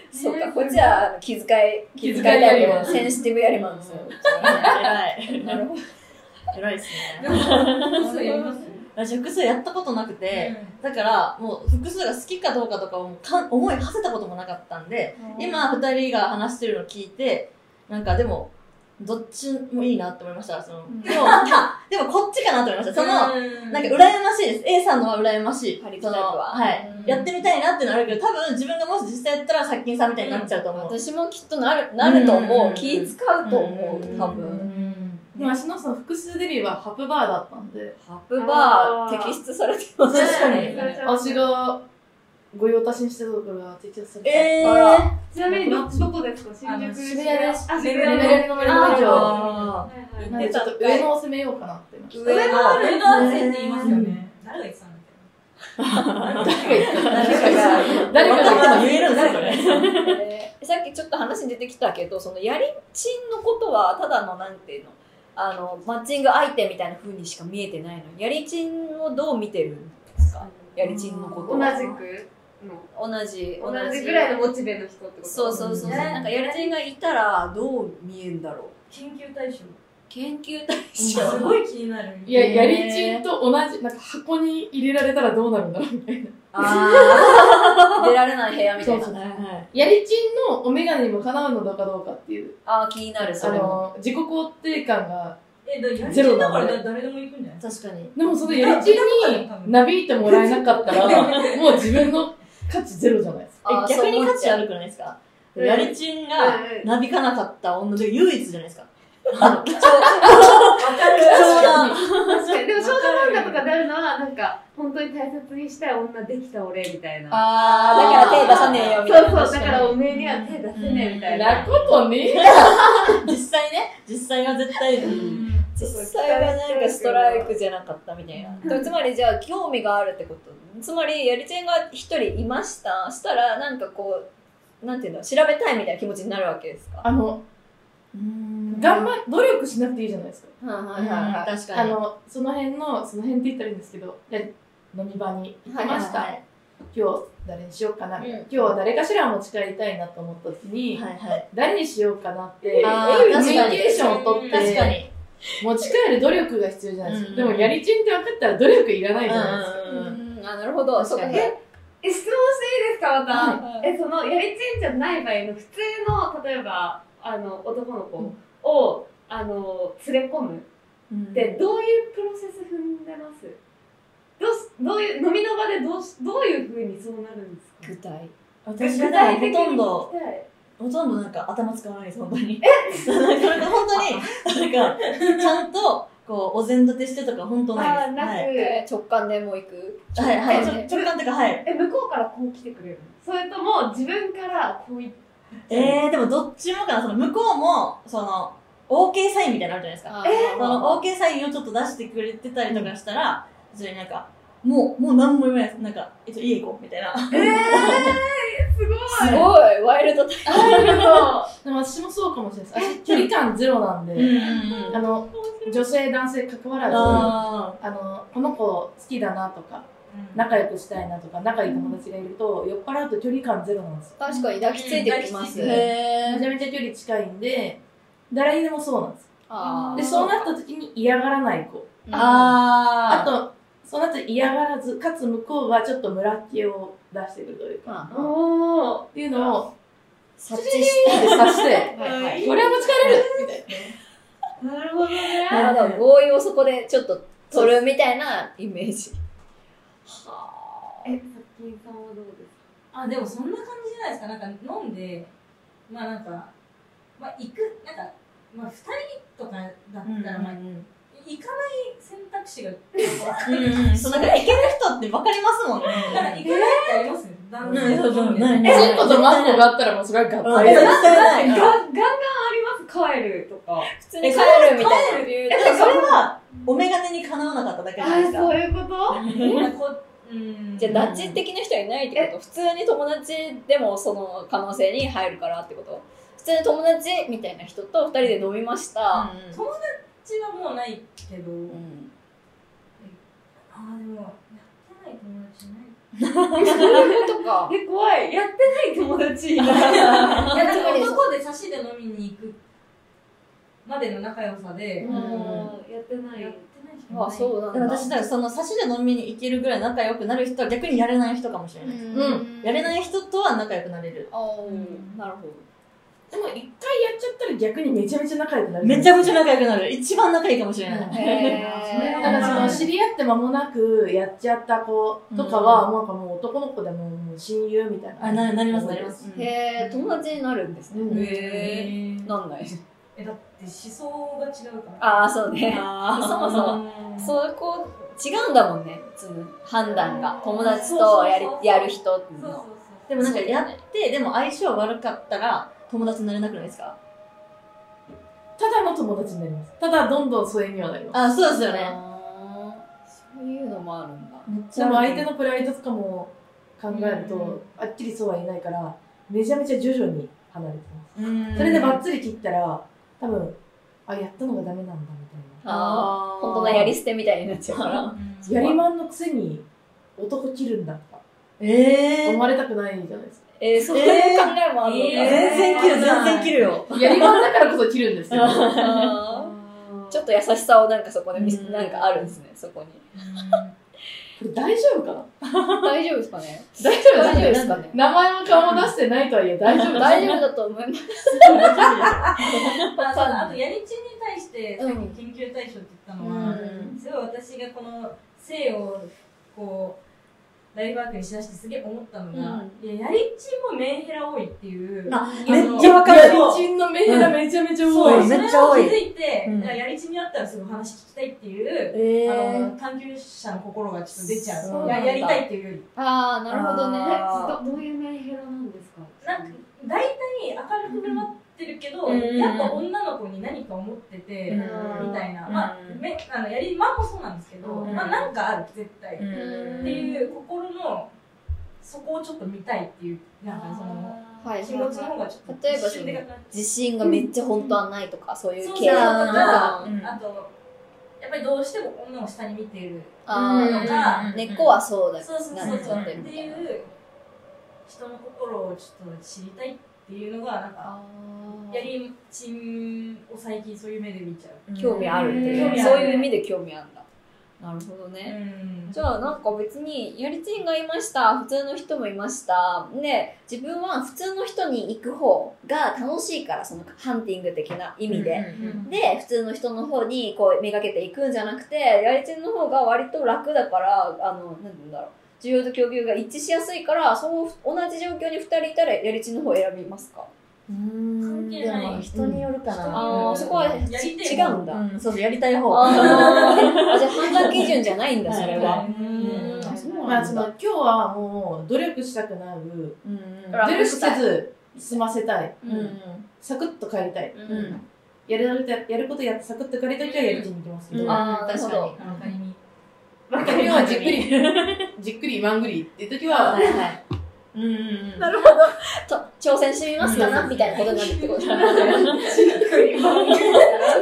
そうか、こっちは気遣いタイプ、センシティブやりマンですよ。 偉い。なるほど。偉いですね。私複数やったことなくて、だからもう複数が好きかどうかとかを思い馳せたこともなかったんで、今二人が話してるのを聞いて、なんかでも、どっちもいいなって思いました。でもこっちかなと思いました。なんか羨ましいです。A さんのは羨ましい。 パリピタイプは。 はい。やってみたいなってのあるけど、多分自分がもし実際やったら殺菌さんみたいになっちゃうと思う。 私もきっとなると思う。気使うと思う、多分。 でも、足のその複数デビューはハプバーだったんで。 ハプバー摘出されてます。 確かに。私が御用達にしてたところが摘出されて。 ちなみにどこですか？新宿。 渋谷です。 渋谷のレベルの森の以上。なんでちょっと上野を攻めようかなって思いました。 上野って言いますよね。誰が言ってたんだっけ？ 誰が言えるんですかね。さっきちょっと話に出てきたけど、そのやりちんのことはただのなんていうの、マッチング相手みたいな風にしか見えてないのに、やりちんをどう見てるんですか？やりちんのことは。 同じく同じぐらいのモチベの人ってこと？ そう。なんかやりちんがいたらどう見えるんだろう。 研究対象。 すごい気になる。 いや、やりちんと同じ、なんか箱に入れられたらどうなるんだろうみたいな。 出られない部屋みたいな。 やりちんのお眼鏡にもかなうのかどうかっていう。 気になる、それも。 自己肯定感がゼロだから誰でも行くんじゃない？ 確かに。 でもそのやりちんになびいてもらえなかったら、もう自分の価値ゼロじゃないですか。 逆に価値悪くないですか？やりちんがなびかなかった女で唯一じゃないですか。 貴重な。確かに。でも少女漫画とかであるのは、なんか、本当に大切にしたい女できた俺みたいな。 だから手出さねえよみたいな。 そう、だからおめえには手出せねえみたいなな。 ことねえ実際は絶対、 実際はなんかストライクじゃなかったみたいな。つまりじゃあ興味があるってこと。つまりやりちんが一人いました。したらなんかこう、なんていうの、調べたいみたいな気持ちになるわけですか？ 努力しなくていいじゃないですか。 確かに。 その辺って言ったらいいんですけど、飲み場に行きました。今日誰にしようかな。今日は誰かしら持ち帰りたいなと思った時に、誰にしようかなって、コミュニケーションをとって、持ち帰る努力が必要じゃないですか。でも、やりちんって分かったら努力いらないじゃないですか。 なるほど。 質問していいですか、また。その、やりちんじゃない場合の普通の、例えば、男の子を、連れ込むってどういうプロセス踏んでます？どういう飲みの場でどういう風にそうなるんですか？ 具体。 私がほとんどなんか頭使わないです、本当に。本当に、なんか、ちゃんと、こう、お膳立てしてとか本当ないです。 直感でもう行く。 直感っていうか、 向こうからこう来てくれる？それとも自分からこう言ってでもどっちもかな。向こうも、OK サインみたいなのあるじゃないですか。OK サインをちょっと出してくれてたりとかしたら、それなんか、もう何も言わないです。なんか、家行こう、みたいな。 すごいワイルドタイプ。 でも私もそうかもしれないです。距離感ゼロなんで、女性、男性関わらず、この子好きだなとか、仲良くしたいなとか、仲いい友達がいると、酔っ払うと距離感ゼロなんですよ。 確かに抱きついてきます。 めちゃめちゃ距離近いんで、誰にでもそうなんです。で、そうなった時に嫌がらない子。あと、そうなったら嫌がらず、かつ向こうがちょっと村っ気を出してくるというか、っていうのを、察してこれは持ち帰れるみたいな。なるほどね。 なるほど。合意をそこでちょっと取るみたいなイメージ。 さっきんさんはどうですか？ でもそんな感じじゃないですか。なんか飲んで、なんか、行く、なんか、2人とかだったら、行かない選択肢が、 そう、なんか行ける人って分かりますもんね。 なんか行かないってありますよ。男性とチンコとマンコがあったらもうそれは合体。 ガンガンあります。帰るとか。 普通に帰るみたいな理由で。 それは、お眼鏡にかなわなかっただけじゃないですか。 そういうことじゃあ、ダッチ的な人はいないってこと？普通に友達でもその可能性に入るからってこと？普通に友達みたいな人と2人で飲みました。 友達はもうないけど、でも、やってない友達ない。 そういうことか。 怖い。やってない友達。いや、 なんか男で差しで飲みに行くまでの仲良さで、 やってない。 あ、そうなんだ。 私だからその差しで飲みに行けるぐらい仲良くなる人は逆にやれない人かもしれないです。やれない人とは仲良くなれる。 なるほど。 でも一回やっちゃったら逆にめちゃめちゃ仲良くなる。 めちゃめちゃ仲良くなる。一番仲いいかもしれない。 だからその知り合って間もなくやっちゃった子とかは、なんかもう男の子でももう親友みたいな。 なりますなります。 へぇ、友達になるんですね。へぇ、なんない。 だって思想が違うから。 ああ、そうね。そもそも、そこ違うんだもんね。判断が。友達とやる人っていうの。 でもなんかやって、でも相性悪かったら、友達になれなくないですか？ ただの友達になります。ただどんどん疎遠にはなります。 あ、そうですよね。 そういうのもあるんだ。 でも相手のプライドとかも考えると、あっきりそうはいないから、めちゃめちゃ徐々に離れてます。それでバッツリ切ったら、多分、やったのがダメなんだみたいな。 本当のやり捨てみたいになっちゃうから。 やりまんのくせに男切るんだとか。思われたくないじゃないですか。 そういう考えもあるのか。 全然切るよ。 やりまんだからこそ切るんですよ。 ちょっと優しさをなんかそこでなんかあるんですね、そこに。 これ大丈夫かな？ 大丈夫ですかね？ 大丈夫ですかね？名前も顔も出してないとはいえ大丈夫大丈夫だと思います。 あと、やりちんに対して、さっき研究対象って言ったのは、すごい私がこの性を、こう、ライフワークにしだしてすげえ思ったのが、やりちんもメンヘラ多いっていう。 めっちゃわかる。 やりちんのメンヘラめちゃめちゃ多い。 めっちゃ多い。 それを気づいて、やりちんにあったらすぐ話聞きたいっていう、探求者の心がちょっと出ちゃう。やりたいっていうより。 ああ、なるほどね。 どういうメンヘラなんですか？ なんか、大体明るく振る舞ってるけど、やっぱ女の子に何か思ってて、みたいな。まあ、やりまんもそうなんですけど、まあなんかある、絶対。っていう心の、そこをちょっと見たいっていう、なんかその、気持ちの方がちょっと例えば自信がめっちゃ本当はないとか、そういう系とか、あと、やっぱりどうしても女を下に見ているとか、 根っこはそうだそうっていう人の心をちょっと知りたいっていうのが、なんか、やりちんを最近そういう目で見ちゃう。 興味あるっていう。そういう意味で興味あるんだ。なるほどね。じゃあなんか別にやりちんがいました、普通の人もいましたで、自分は普通の人に行く方が楽しいから、そのハンティング的な意味で、で普通の人の方にこうめがけていくんじゃなくて、やりちんの方が割と楽だから、なんて言うんだろう、需要と供給が一致しやすいから、そう同じ状況に2人いたらやりちんの方を選びますか？ 関係ない。 でも人によるかな。 そこは違うんだ。 そう、やりたい方。 じゃあ判断基準じゃないんだ、それは。 まあ今日はもう努力したくなる。努力せず済ませたい。サクッと帰りたい。やることやってサクッと帰りたい時はやりちんに行きますけど。 ああ、確かに。 中身はじっくりマングリっていう時は、 なるほど。挑戦してみますかなみたいなことになるってことだね。じっくりマングリ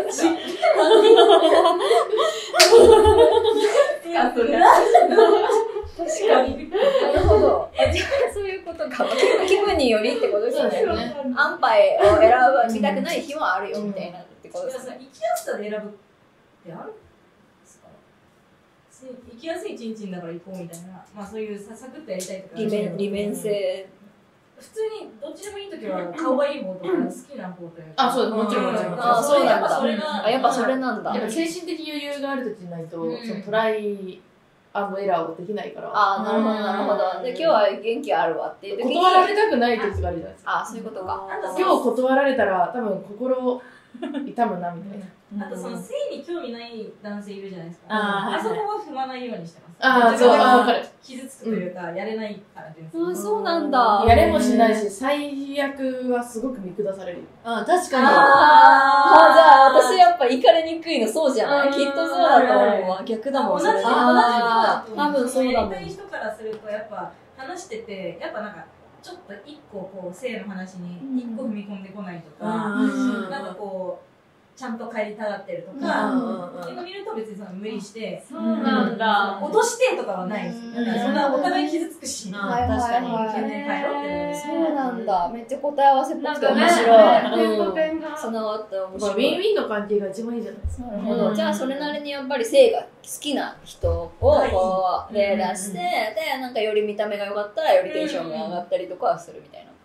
確かに。なるほど。じゃあそういうことか。気分によりってことですよね。安牌を選びたくない日もあるよみたいなってことですね。 生きやすさで選ぶってあるんですか？生きやすいチンチンだから行こうみたいな、まあそういうサクッとやりたいとか。 利便性。 普通にどっちでもいいときは可愛い方とか好きな方というか。あ、そう、もちろんもちろん。 あ、そうなんだ。やっぱそれなんだ。 やっぱ精神的余裕があるときないと、そのトライ&エラーをできないから。 あ、なるほどなるほど。で今日は元気あるわっていう時に断られたくない時があるじゃないですか。 あ、そういうことか。 今日断られたら多分心痛むなみたいな。 あとその性に興味ない男性いるじゃないですか。あそこは踏まないようにしてます。 ああ、そう、わかる。 傷つくというか、やれないからっていう。 あ、そうなんだ。 やれもしないし、最悪はすごく見下される。 あ、確かに。 じゃあ私やっぱ行かれにくいのそうじゃない？きっとそうだと思うわ。逆だもん。 同じだと多分そうだもん。 やりたい人からするとやっぱ話してて、やっぱなんかちょっと一個こう性の話に一個踏み込んでこないとか、なんかこうちゃんと帰りたがってるとか、そういうの見ると別にその無理して、 そうなんだ。 落としてとかはないです。だからそんなお互い傷つくし、 確かに全然帰ろうって。 そうなんだ。めっちゃ答え合わせっぽくて面白い。その後面白い。 ウィンウィンの関係が一番いいじゃないですか。 なるほど。じゃあそれなりにやっぱり性が好きな人をこう例出して、でなんかより見た目が良かったらよりテンションが上がったりとかするみたいな。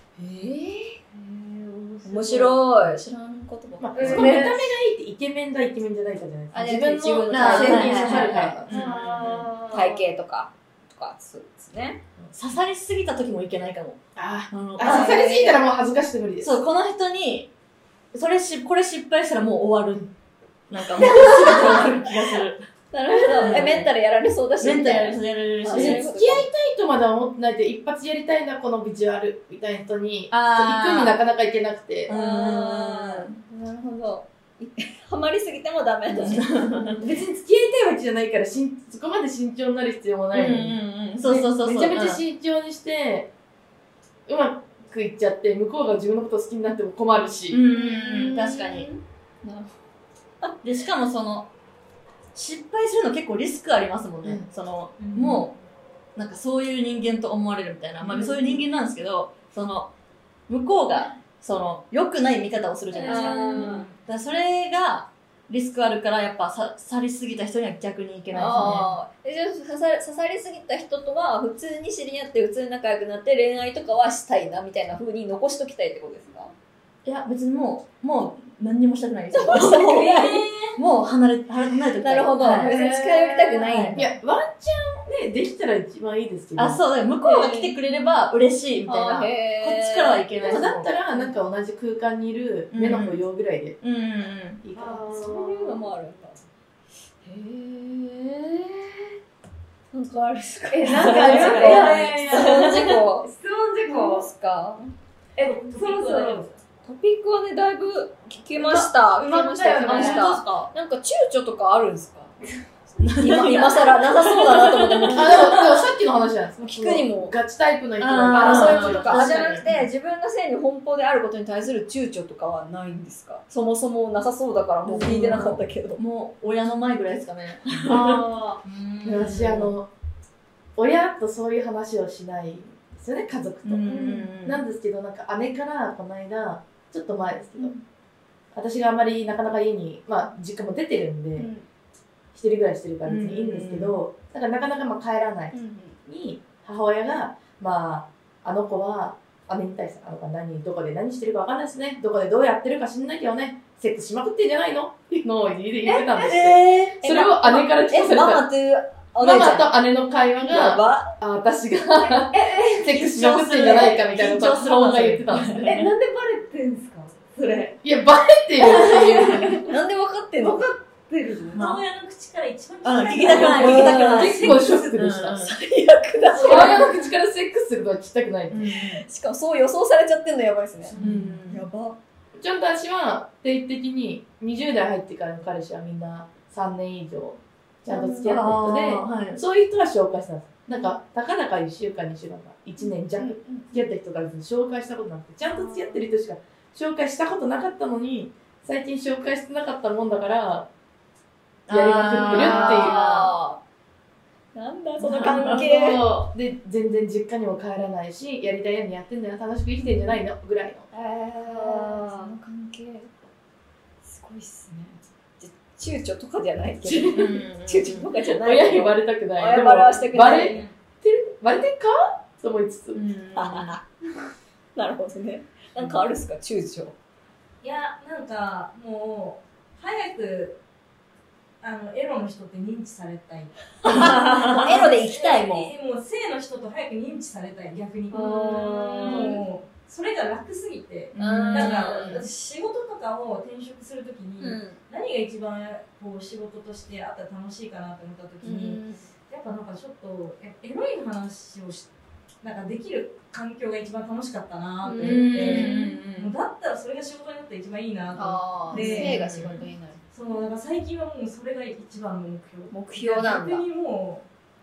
面白い。知らん言葉。 まあ、そこ見た目がいいってイケメンだイケメンじゃないかじゃないですか。自分の性に刺さる体型とかそうですね。 刺さりすぎた時もいけないかも。 刺さりすぎたらもう恥ずかしくて無理です。 そう、この人にこれ失敗したらもう終わる。なんかもうすぐ終わる気がする。 なるほど。メンタルやられそうだし。 メンタルやられるし。 付き合いたいとまだ思ってないで、一発やりたいな、このビジュアルみたいな人に、行くになかなか行けなくて。 なるほど。ハマりすぎてもダメだ。別に付き合いたいわけじゃないから、そこまで慎重になる必要もないのに。 そう。 めちゃめちゃ慎重にして、うまくいっちゃって、向こうが自分のこと好きになっても困るし。 確かに。で、しかも失敗するの結構リスクありますもんね。もう、なんかそういう人間と思われるみたいな。まあそういう人間なんですけど、向こうが、良くない見方をするじゃないですか。だからそれがリスクあるから、やっぱ刺さりすぎた人には逆にいけないですね。 じゃあ刺さりすぎた人とは普通に知り合って普通に仲良くなって恋愛とかはしたいなみたいな風に残しときたいってことですか？ いや、別にもう何にもしたくないですよ。もう離れときたい。 なるほど。別に近寄りたくない。 いや、ワンチャンね、できたら一番いいですけど。 そうだよ。向こうが来てくれれば嬉しいみたいな。こっちからはいけない。 だったら、なんか同じ空間にいる目の保養ぐらいで。いいかな。 そういうのもあるんだ。なんかあるっすか？ なんかある質問事項ですか？ そろそろ。トピックはね、だいぶ聞きました。なんか躊躇とかあるんですか？今更なさそうだなと思っても。 でもさっきの話じゃないですか。 聞くにも。 ガチタイプの人が。そういうことか。じゃなくて、自分の性に奔放であることに対する躊躇とかはないんですか？そもそもなさそうだからもう聞いてなかったけど。 もう親の前ぐらいですかね。 私、親とそういう話をしないですよね、家族と。なんですけど、なんか姉からこの間、ちょっと前ですけど、私があんまりなかなか家に、実家も出てるんで、一人暮らししてるから別にいいんですけど、なかなか帰らないに、母親が、あの子は、姉に対して、あの子はどこで何してるかわかんないですね。どこでどうやってるか知んないけどね、セックスしまくってんじゃないのっていうのを家で言ってたんですよ。それを姉から聞かされた。 ママと姉の会話が、私がセックスしまくってんじゃないかみたいなことを母親が言ってたんですね。 なんでバレてんすかそれ。 いや、バレてるっていう。 なんで分かってんの？ 分かってるの？ 母親の口から一番聞きたくない。 結構ショックでした。 最悪だ。 母親の口からセックスするのは聞きたくない。 しかもそう予想されちゃってんのやばいですね。やば。 ちゃんと私は定期的に20代入ってからの彼氏はみんな3年以上ちゃんと付き合った人で、そういう人が紹介したんです。なんか、たかだか1週間、2週間か、1年弱付き合った人が紹介したことなくて、ちゃんと付き合ってる人しか紹介したことなかったのに、最近紹介してなかったもんだから、やりまくってるっていう。 なんだ、その関係。 で、全然実家にも帰らないし、やりたいようにやってんだよ、楽しく生きてんじゃないのぐらいの。 その関係、すごいっすね。躊躇とかじゃないけど。躊躇とかじゃない。 親にバレたくない。 親バレはしたくない。 バレてんかと思いつつ。 なるほどね。なんかあるっすか、躊躇。 いや、なんか、もう、早く、エロの人って認知されたい。 エロで行きたいもん。 もう、性の人と早く認知されたい、逆に。もう、それが楽すぎて。なんか、仕事とかを転職するときに、何が一番こう仕事としてあったら楽しいかなと思ったときに、やっぱなんかちょっと、エロい話をなんかできる環境が一番楽しかったなと思って、もうだったらそれが仕事になったら一番いいなと思って。 性が仕事になる。 そう、なんか最近はもうそれが一番の目標。 目標なんだ。 逆にも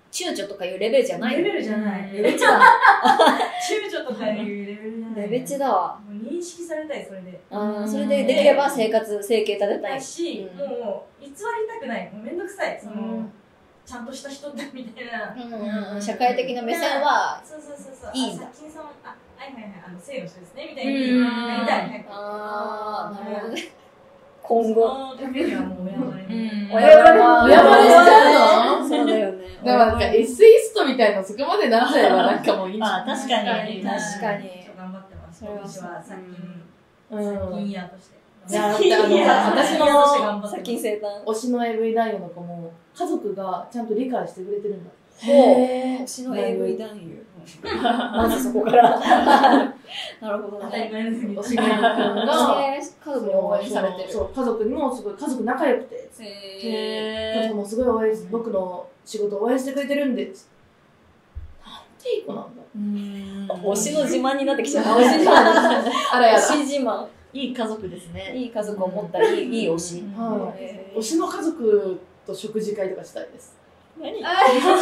躊躇とかいうレベルじゃない。 レベルじゃない。 レベチだ。 躊躇とかいうレベルじゃない。 レベチだわ。 もう認識されたい、それで。 それでできれば生計立てたいし、もう偽りたくない。もうめんどくさい。ちゃんとした人だみたいな。社会的な目線は、いいんだ。 金さん、はいはいはい、性の人ですね、みたいな。なりたい。 なるほどね。今後。 そのためにはもう親バレ。 親バレしちゃうの？ そうだよね。 でもなんかエッセイストみたいなそこまでなっちゃえばなんかもういい。 確かに。 確かに。 頑張ってます。私は殺菌屋として。 私の殺菌生誕。 推しの AV 男優の子も家族がちゃんと理解してくれてるんだ。 推しの AV 男優。まずそこから。なるほどね。 推しの AV 君が家族に応援されてる。 そう、家族にもすごい、家族仲良くて。家族もすごい応援、僕の仕事を応援してくれてるんで。なんていい子なんだ。 推しの自慢になってきちゃった。 推し自慢。あらやだ。 推し自慢。 いい家族ですね。 いい家族を持ったらいい推し。 推しの家族と食事会とかしたいです。 何？キッ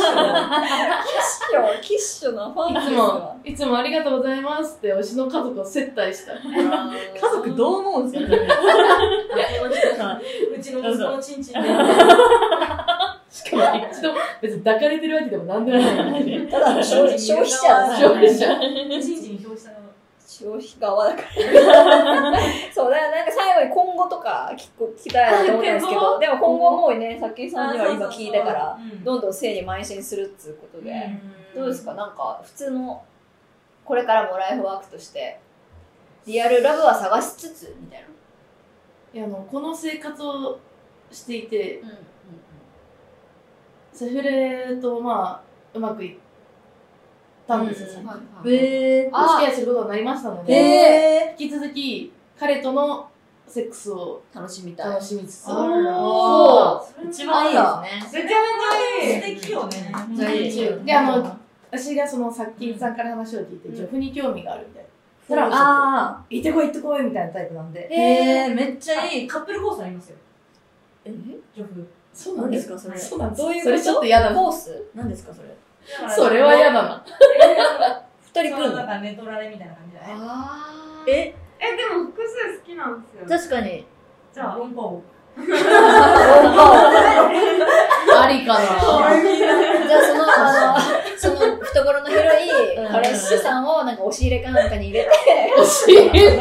シュなファンですよ。いつもありがとうございますって推しの家族を接待した。 家族どう思うんですかね。 うちの息子のチンチンで。 しかも一度別に抱かれてるわけでもなんでもない。 ただ消費者。消費側だから。そうだからなんか最後に今後とか聞きたいなと思ったんですけど、でも今後もうね、さっきんさんには今聞いたから、どんどん性に邁進するっていうことで、どうですか？なんか普通のこれからもライフワークとしてリアルラブは探しつつみたいな。 いやこの生活をしていて、セフレとまあうまくいったんですよ。お付き合いすることになりましたので、引き続き彼とのセックスを楽しみつつ。 一番いいですね。めちゃめちゃいい。素敵よね。 で私がその殺菌さんから話を聞いて女婦に興味があるみたいな。そしたら行ってこいみたいなタイプなんで。 めっちゃいい。 カップルコースありますよ。女婦。 そうなんですかそれ。 そうなんです。 どういうそれちょっと嫌だな。 コース？何ですかそれ。 それは嫌だな。 二人来るの？ なんかネトラレみたいな感じだね。 でも複数好きなんですよ。 確かに。 じゃあ論破を。 ありかな。 じゃあその懐の広い彼氏さんをなんか押し入れかなんかに入れて、 押し入れ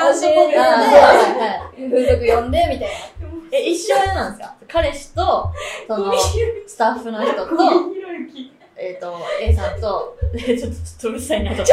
風俗呼んでみたいな。 一緒なんですか？彼氏とそのスタッフの人とA さんとちょっとうるさいなは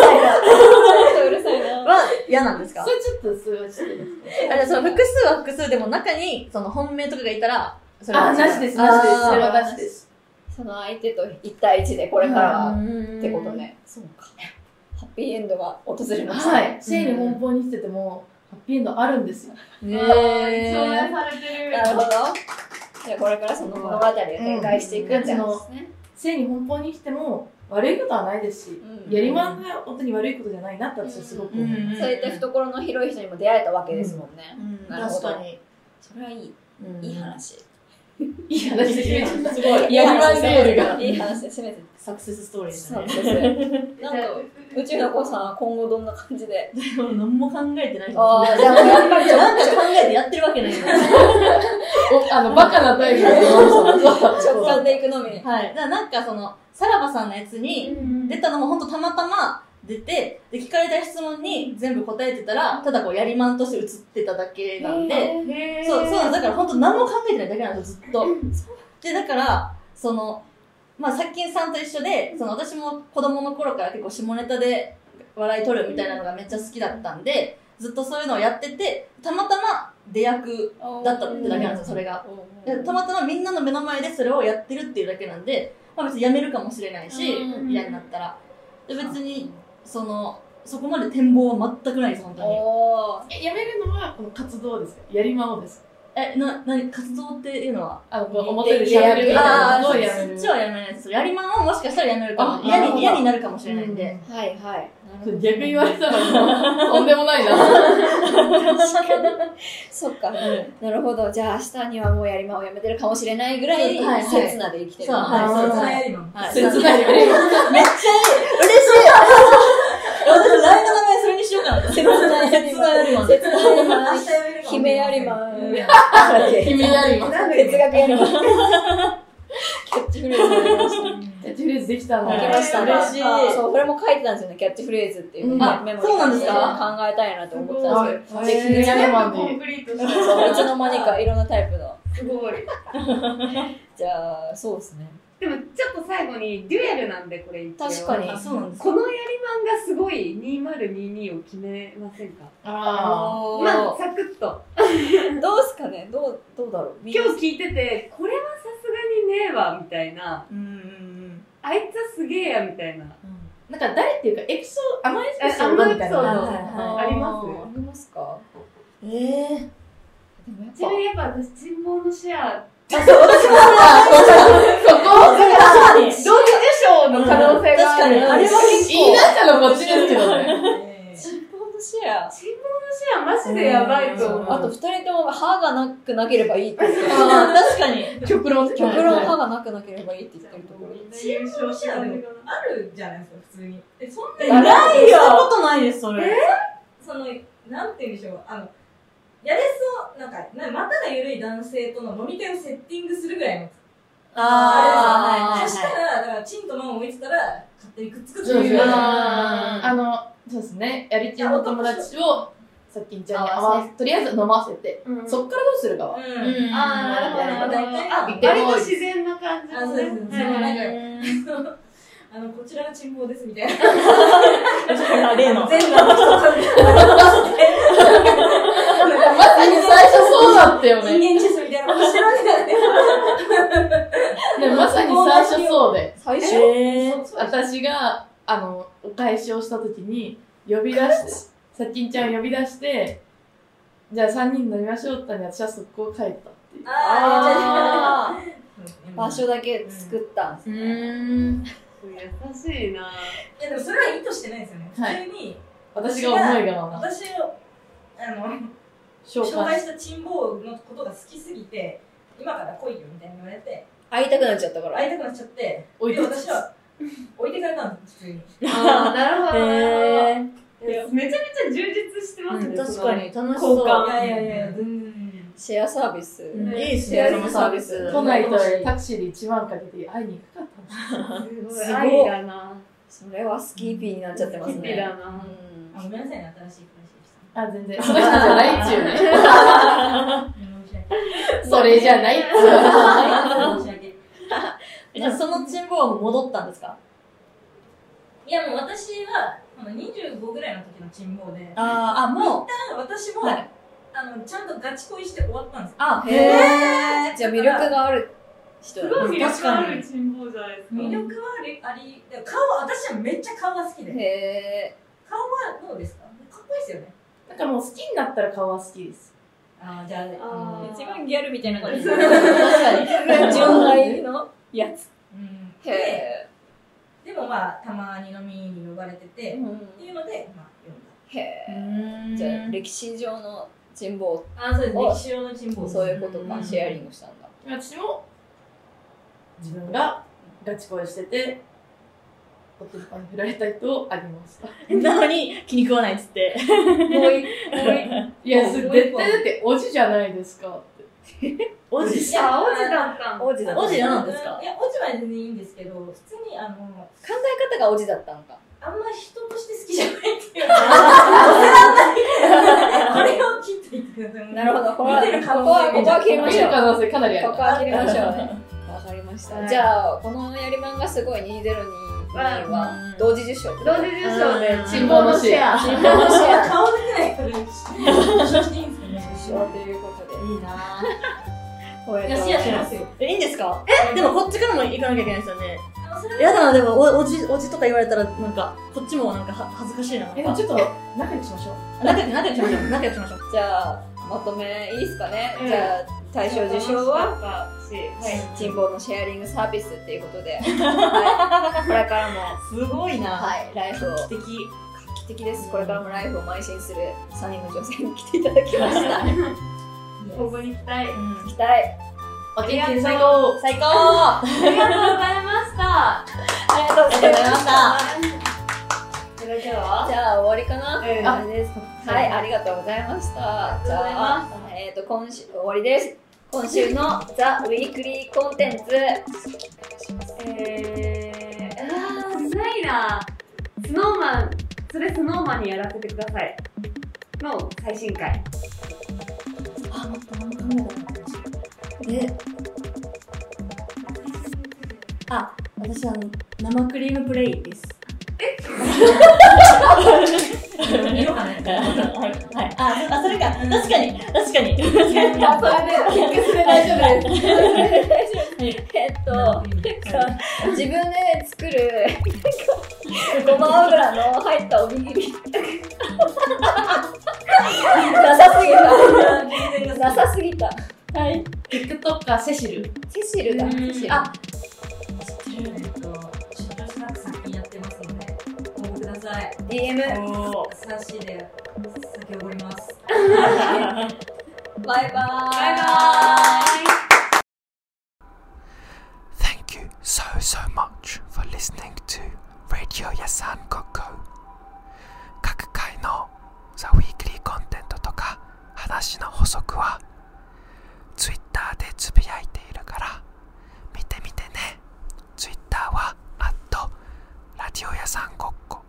嫌なんですか？ それちょっとすごいその複数は複数でも中にその本命とかがいたらそれはなしです。それはなしです。 その相手と1対1でこれからはってことね。そうか。ハッピーエンドが訪れました。 はい。性に奔放にしててもハッピーエンドあるんですよ。 証明されてる。 なるほど。じゃあこれからその物語を展開していくんじゃないですね。 性に奔放にしても悪いことはないですし、やりまんが本当に悪いことじゃないなって私はすごく思います。 そういった懐の広い人にも出会えたわけですもんね。 なるほど。 それはいい。いい話。 いい話で締めてすごい。やりまんレールが。 いい話で締めて。 サクセスストーリーですね。 なんか、宇宙の子さんは今後どんな感じで？ でも何も考えてない。 じゃあやっぱりなんか考えてやってるわけないんだよ。 バカなタイプで直感でいくのみ。 はい。なんかその、さらばさんのやつに出たのも本当たまたま出て、で、聞かれた質問に全部答えてたら、ただこうやりまんとして映ってただけなんで、そうなんだから本当何も考えてないだけなんですよ、ずっと。で、だから、その、殺菌さんと一緒で、私も子供の頃から結構下ネタで笑い取るみたいなのがめっちゃ好きだったんで、ずっとそういうのをやってて、たまたま出役だったってだけなんですよ、それが。たまたまみんなの目の前でそれをやってるっていうだけなんで、別にやめるかもしれないし、嫌になったら。で、別に、そこまで展望は全くないです、本当に。 やめるのはこの活動ですか？やりまんをですか？ 活動っていうのは表でやるみたいなのをやめる。 そっちはやめないです。やりまんをもしかしたらやめるかも。嫌になるかもしれないんで。 はいはい。 逆言われたらとんでもないな。 そっか、なるほど。じゃあ明日にはもうやりまんをやめてるかもしれないぐらい刹那で生きてる。 そう、 切ないやりまん。 切ないやりまん。めっちゃ嬉しい。私、LINE の名前それにしようかな。切ないやりまん。切ないやりまん。姫やりまん。 姫やりまん。 哲学やりまん。キャッチフレーズになりました。 キャッチフレーズできたの。 できました。 嬉しい。 そう、これも書いてたんですよね、キャッチフレーズっていうメモにそうなんですか？ 考えたいなと思ってたんですけど。 めちゃめちゃコンプリートした。 そう、いつの間にかいろんなタイプの。 すごい。 じゃあ、そうですね。 でもちょっと最後にデュエルなんでこれ一応確かに。 そうなんですこのやりまんがすごい2022を決めませんか？ あまあサクッとどうすかね、どうだろう。 今日聞いててこれはさすがにねえわみたいな、あいつはすげえやみたいな、 なんか誰っていうかエピソード、あのエピソードみたいなあります？ ありますか？ ちなみにやっぱ私人望のシェアそう、私もそこ同時受賞の可能性が確かに、あれは結構言い出したのこっちですけどね。 人望のシェア。 人望のシェアマジでやばいと思う。 あと二人とも歯がなくなければいいって言ってる。 確かに。 極論歯がなくなければいいって言ってるところ。 人望のシェアでもあるじゃないですか、普通に。そんなにないよ。そんなことないです、それ。 その、なんて言うんでしょう。やれそう、なんか、股が緩い男性との飲み会をセッティングするぐらいの。そしたら、だから、チンとマンを置いてたら、勝手にくっつくっていう。 そうですね。やりちゃんの友達を、さっきんちゃんにとりあえず飲ませて、そっからどうするかは。 なるほど、なるほど。割と自然な感じのね。 こちらが珍望ですみたいな。 例の。 全裸の人まさに最初そうだったよね。 人間チェスみたいなことしてるわけだよね。まさに最初そうで。 最初私が、お返しをしたときに、呼び出して、さっきんちゃんを呼び出して、じゃあ3人飲みましょうって言ったら、私は速攻帰ったっていう。 場所だけ作ったんですね。 優しいな。 いやでもそれは意図してないですよね。普通に、 私が思いが私を、紹介したチンボーのことが好きすぎて、今から来いよみたいに言われて、 会いたくなっちゃったから。 会いたくなっちゃって、で私は置いてかれたんです、普通に。 なるほど。めちゃめちゃ充実してますね。 確かに、楽しそう。 いや、全然。 シェアサービス。 いいですね、そのサービス。 都内とタクシーで1万かけて会いに行くかったんです。 すごい愛だな。 それはスキーピーになっちゃってますね。 スキーピーだな。 ごめんなさいね、新しい話でした。全然。その人じゃないっちゅうね。それじゃないっつう。 じゃあそのチンボは戻ったんですか？ いやもう私は25ぐらいの時のチンボで、 もう一旦私も、ちゃんとガチ恋して終わったんですよ。 へー。じゃあ魅力がある人すごい魅力あるチンボじゃないですか。 魅力はあり、私はめっちゃ顔が好きで。 へー。顔はどうですか？かっこいいですよね。 なんかもう好きになったら顔は好きです。 じゃあ、 一番ギャルみたいな感じ。確かに。純愛のやつ。へー。でもまあ、たまに飲みに呼ばれてて、っていうので、まあ、読んだ。 へー。じゃあ、歴史上の人望。 そうです、歴史上の人望。 そういうことか、シェアリングしたんだ。 私も、自分がガチ恋してて、おてっぱに振られた人をありました。 なのに気に食わないっつって。 いや、絶対だっておじじゃないですかって。 おじさ、おじだったん。 おじなんですか？ いや、おじは全然いいんですけど、普通に考え方がおじだったのか。 あんま人として好きじゃないっていうか。これを切って言ってください。 なるほど、ここは切りましょう。 可能性かなりある。 ここは切りましょうね。わかりました。じゃあ、このやりまんがすごい2022は同時受賞。 同時受賞で、 チンボのシェア。 顔だけないから、受賞していいんですかね。 ということで。 いいなぁ。 いや、シェアしますよ。 いいんですか？でもこっちからも行かなきゃいけないですよね。やだな、でもおじとか言われたら、なんか、こっちもなんか恥ずかしいな。 ちょっと、仲良くしましょう。 仲良くしましょう。 じゃあ、まとめいいですかね。じゃあ、大賞受賞は、人望のシェアリングサービスっていうことで、これからも、 すごいな。 ライフを、 画期敵です。これからもライフを邁進する3人の女性に来ていただきましたここに来たい。 来たい。 おちんちん最高最高ありがとうございました。 ありがとうございました。 それではじゃあ終わりかな。 あれです。はい、ありがとうございました。じゃあ今週終わりです。今週のザ・ウィークリーコンテンツ。 ないな。スノーマン、それスノーマンにやらせてください。の最新回。 あ、待った、何回目だったで、私生クリームプレイです。 色がね。 はい。それか。確かに。 それで、キックスで大丈夫です。自分で作るごま油の入ったおにぎりなさすぎた。はい。 TikToker セシル。 セシルだ。 あ、 知ってる。出張スナックさんにやってますので、応募ください。 DM。 サッシーで酒おごります。 バイバイ。 Thank you so much for listening to Radio Yasan Koko。各回の The Weekly コンテンツとか話の補足は Twitter でつぶやいているから見てみてね。Twitter はラディオヤサンゴッコ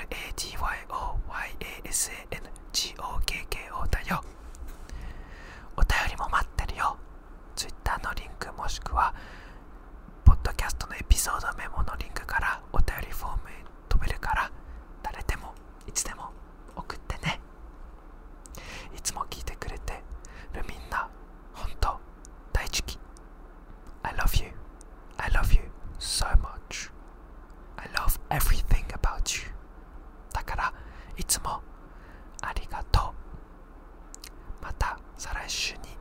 RADYOYASANGOKKO だよ。お便りも待ってるよ。Twitter のリンクもしくはポッドキャストのエピソードメモのリンクからお便りフォームへ飛べるから誰でもいつでも送ってね。いつも聞いてくれてるみんな本当大好き。 I love you so much. I love everything about you. だからいつもありがとう。また再来週に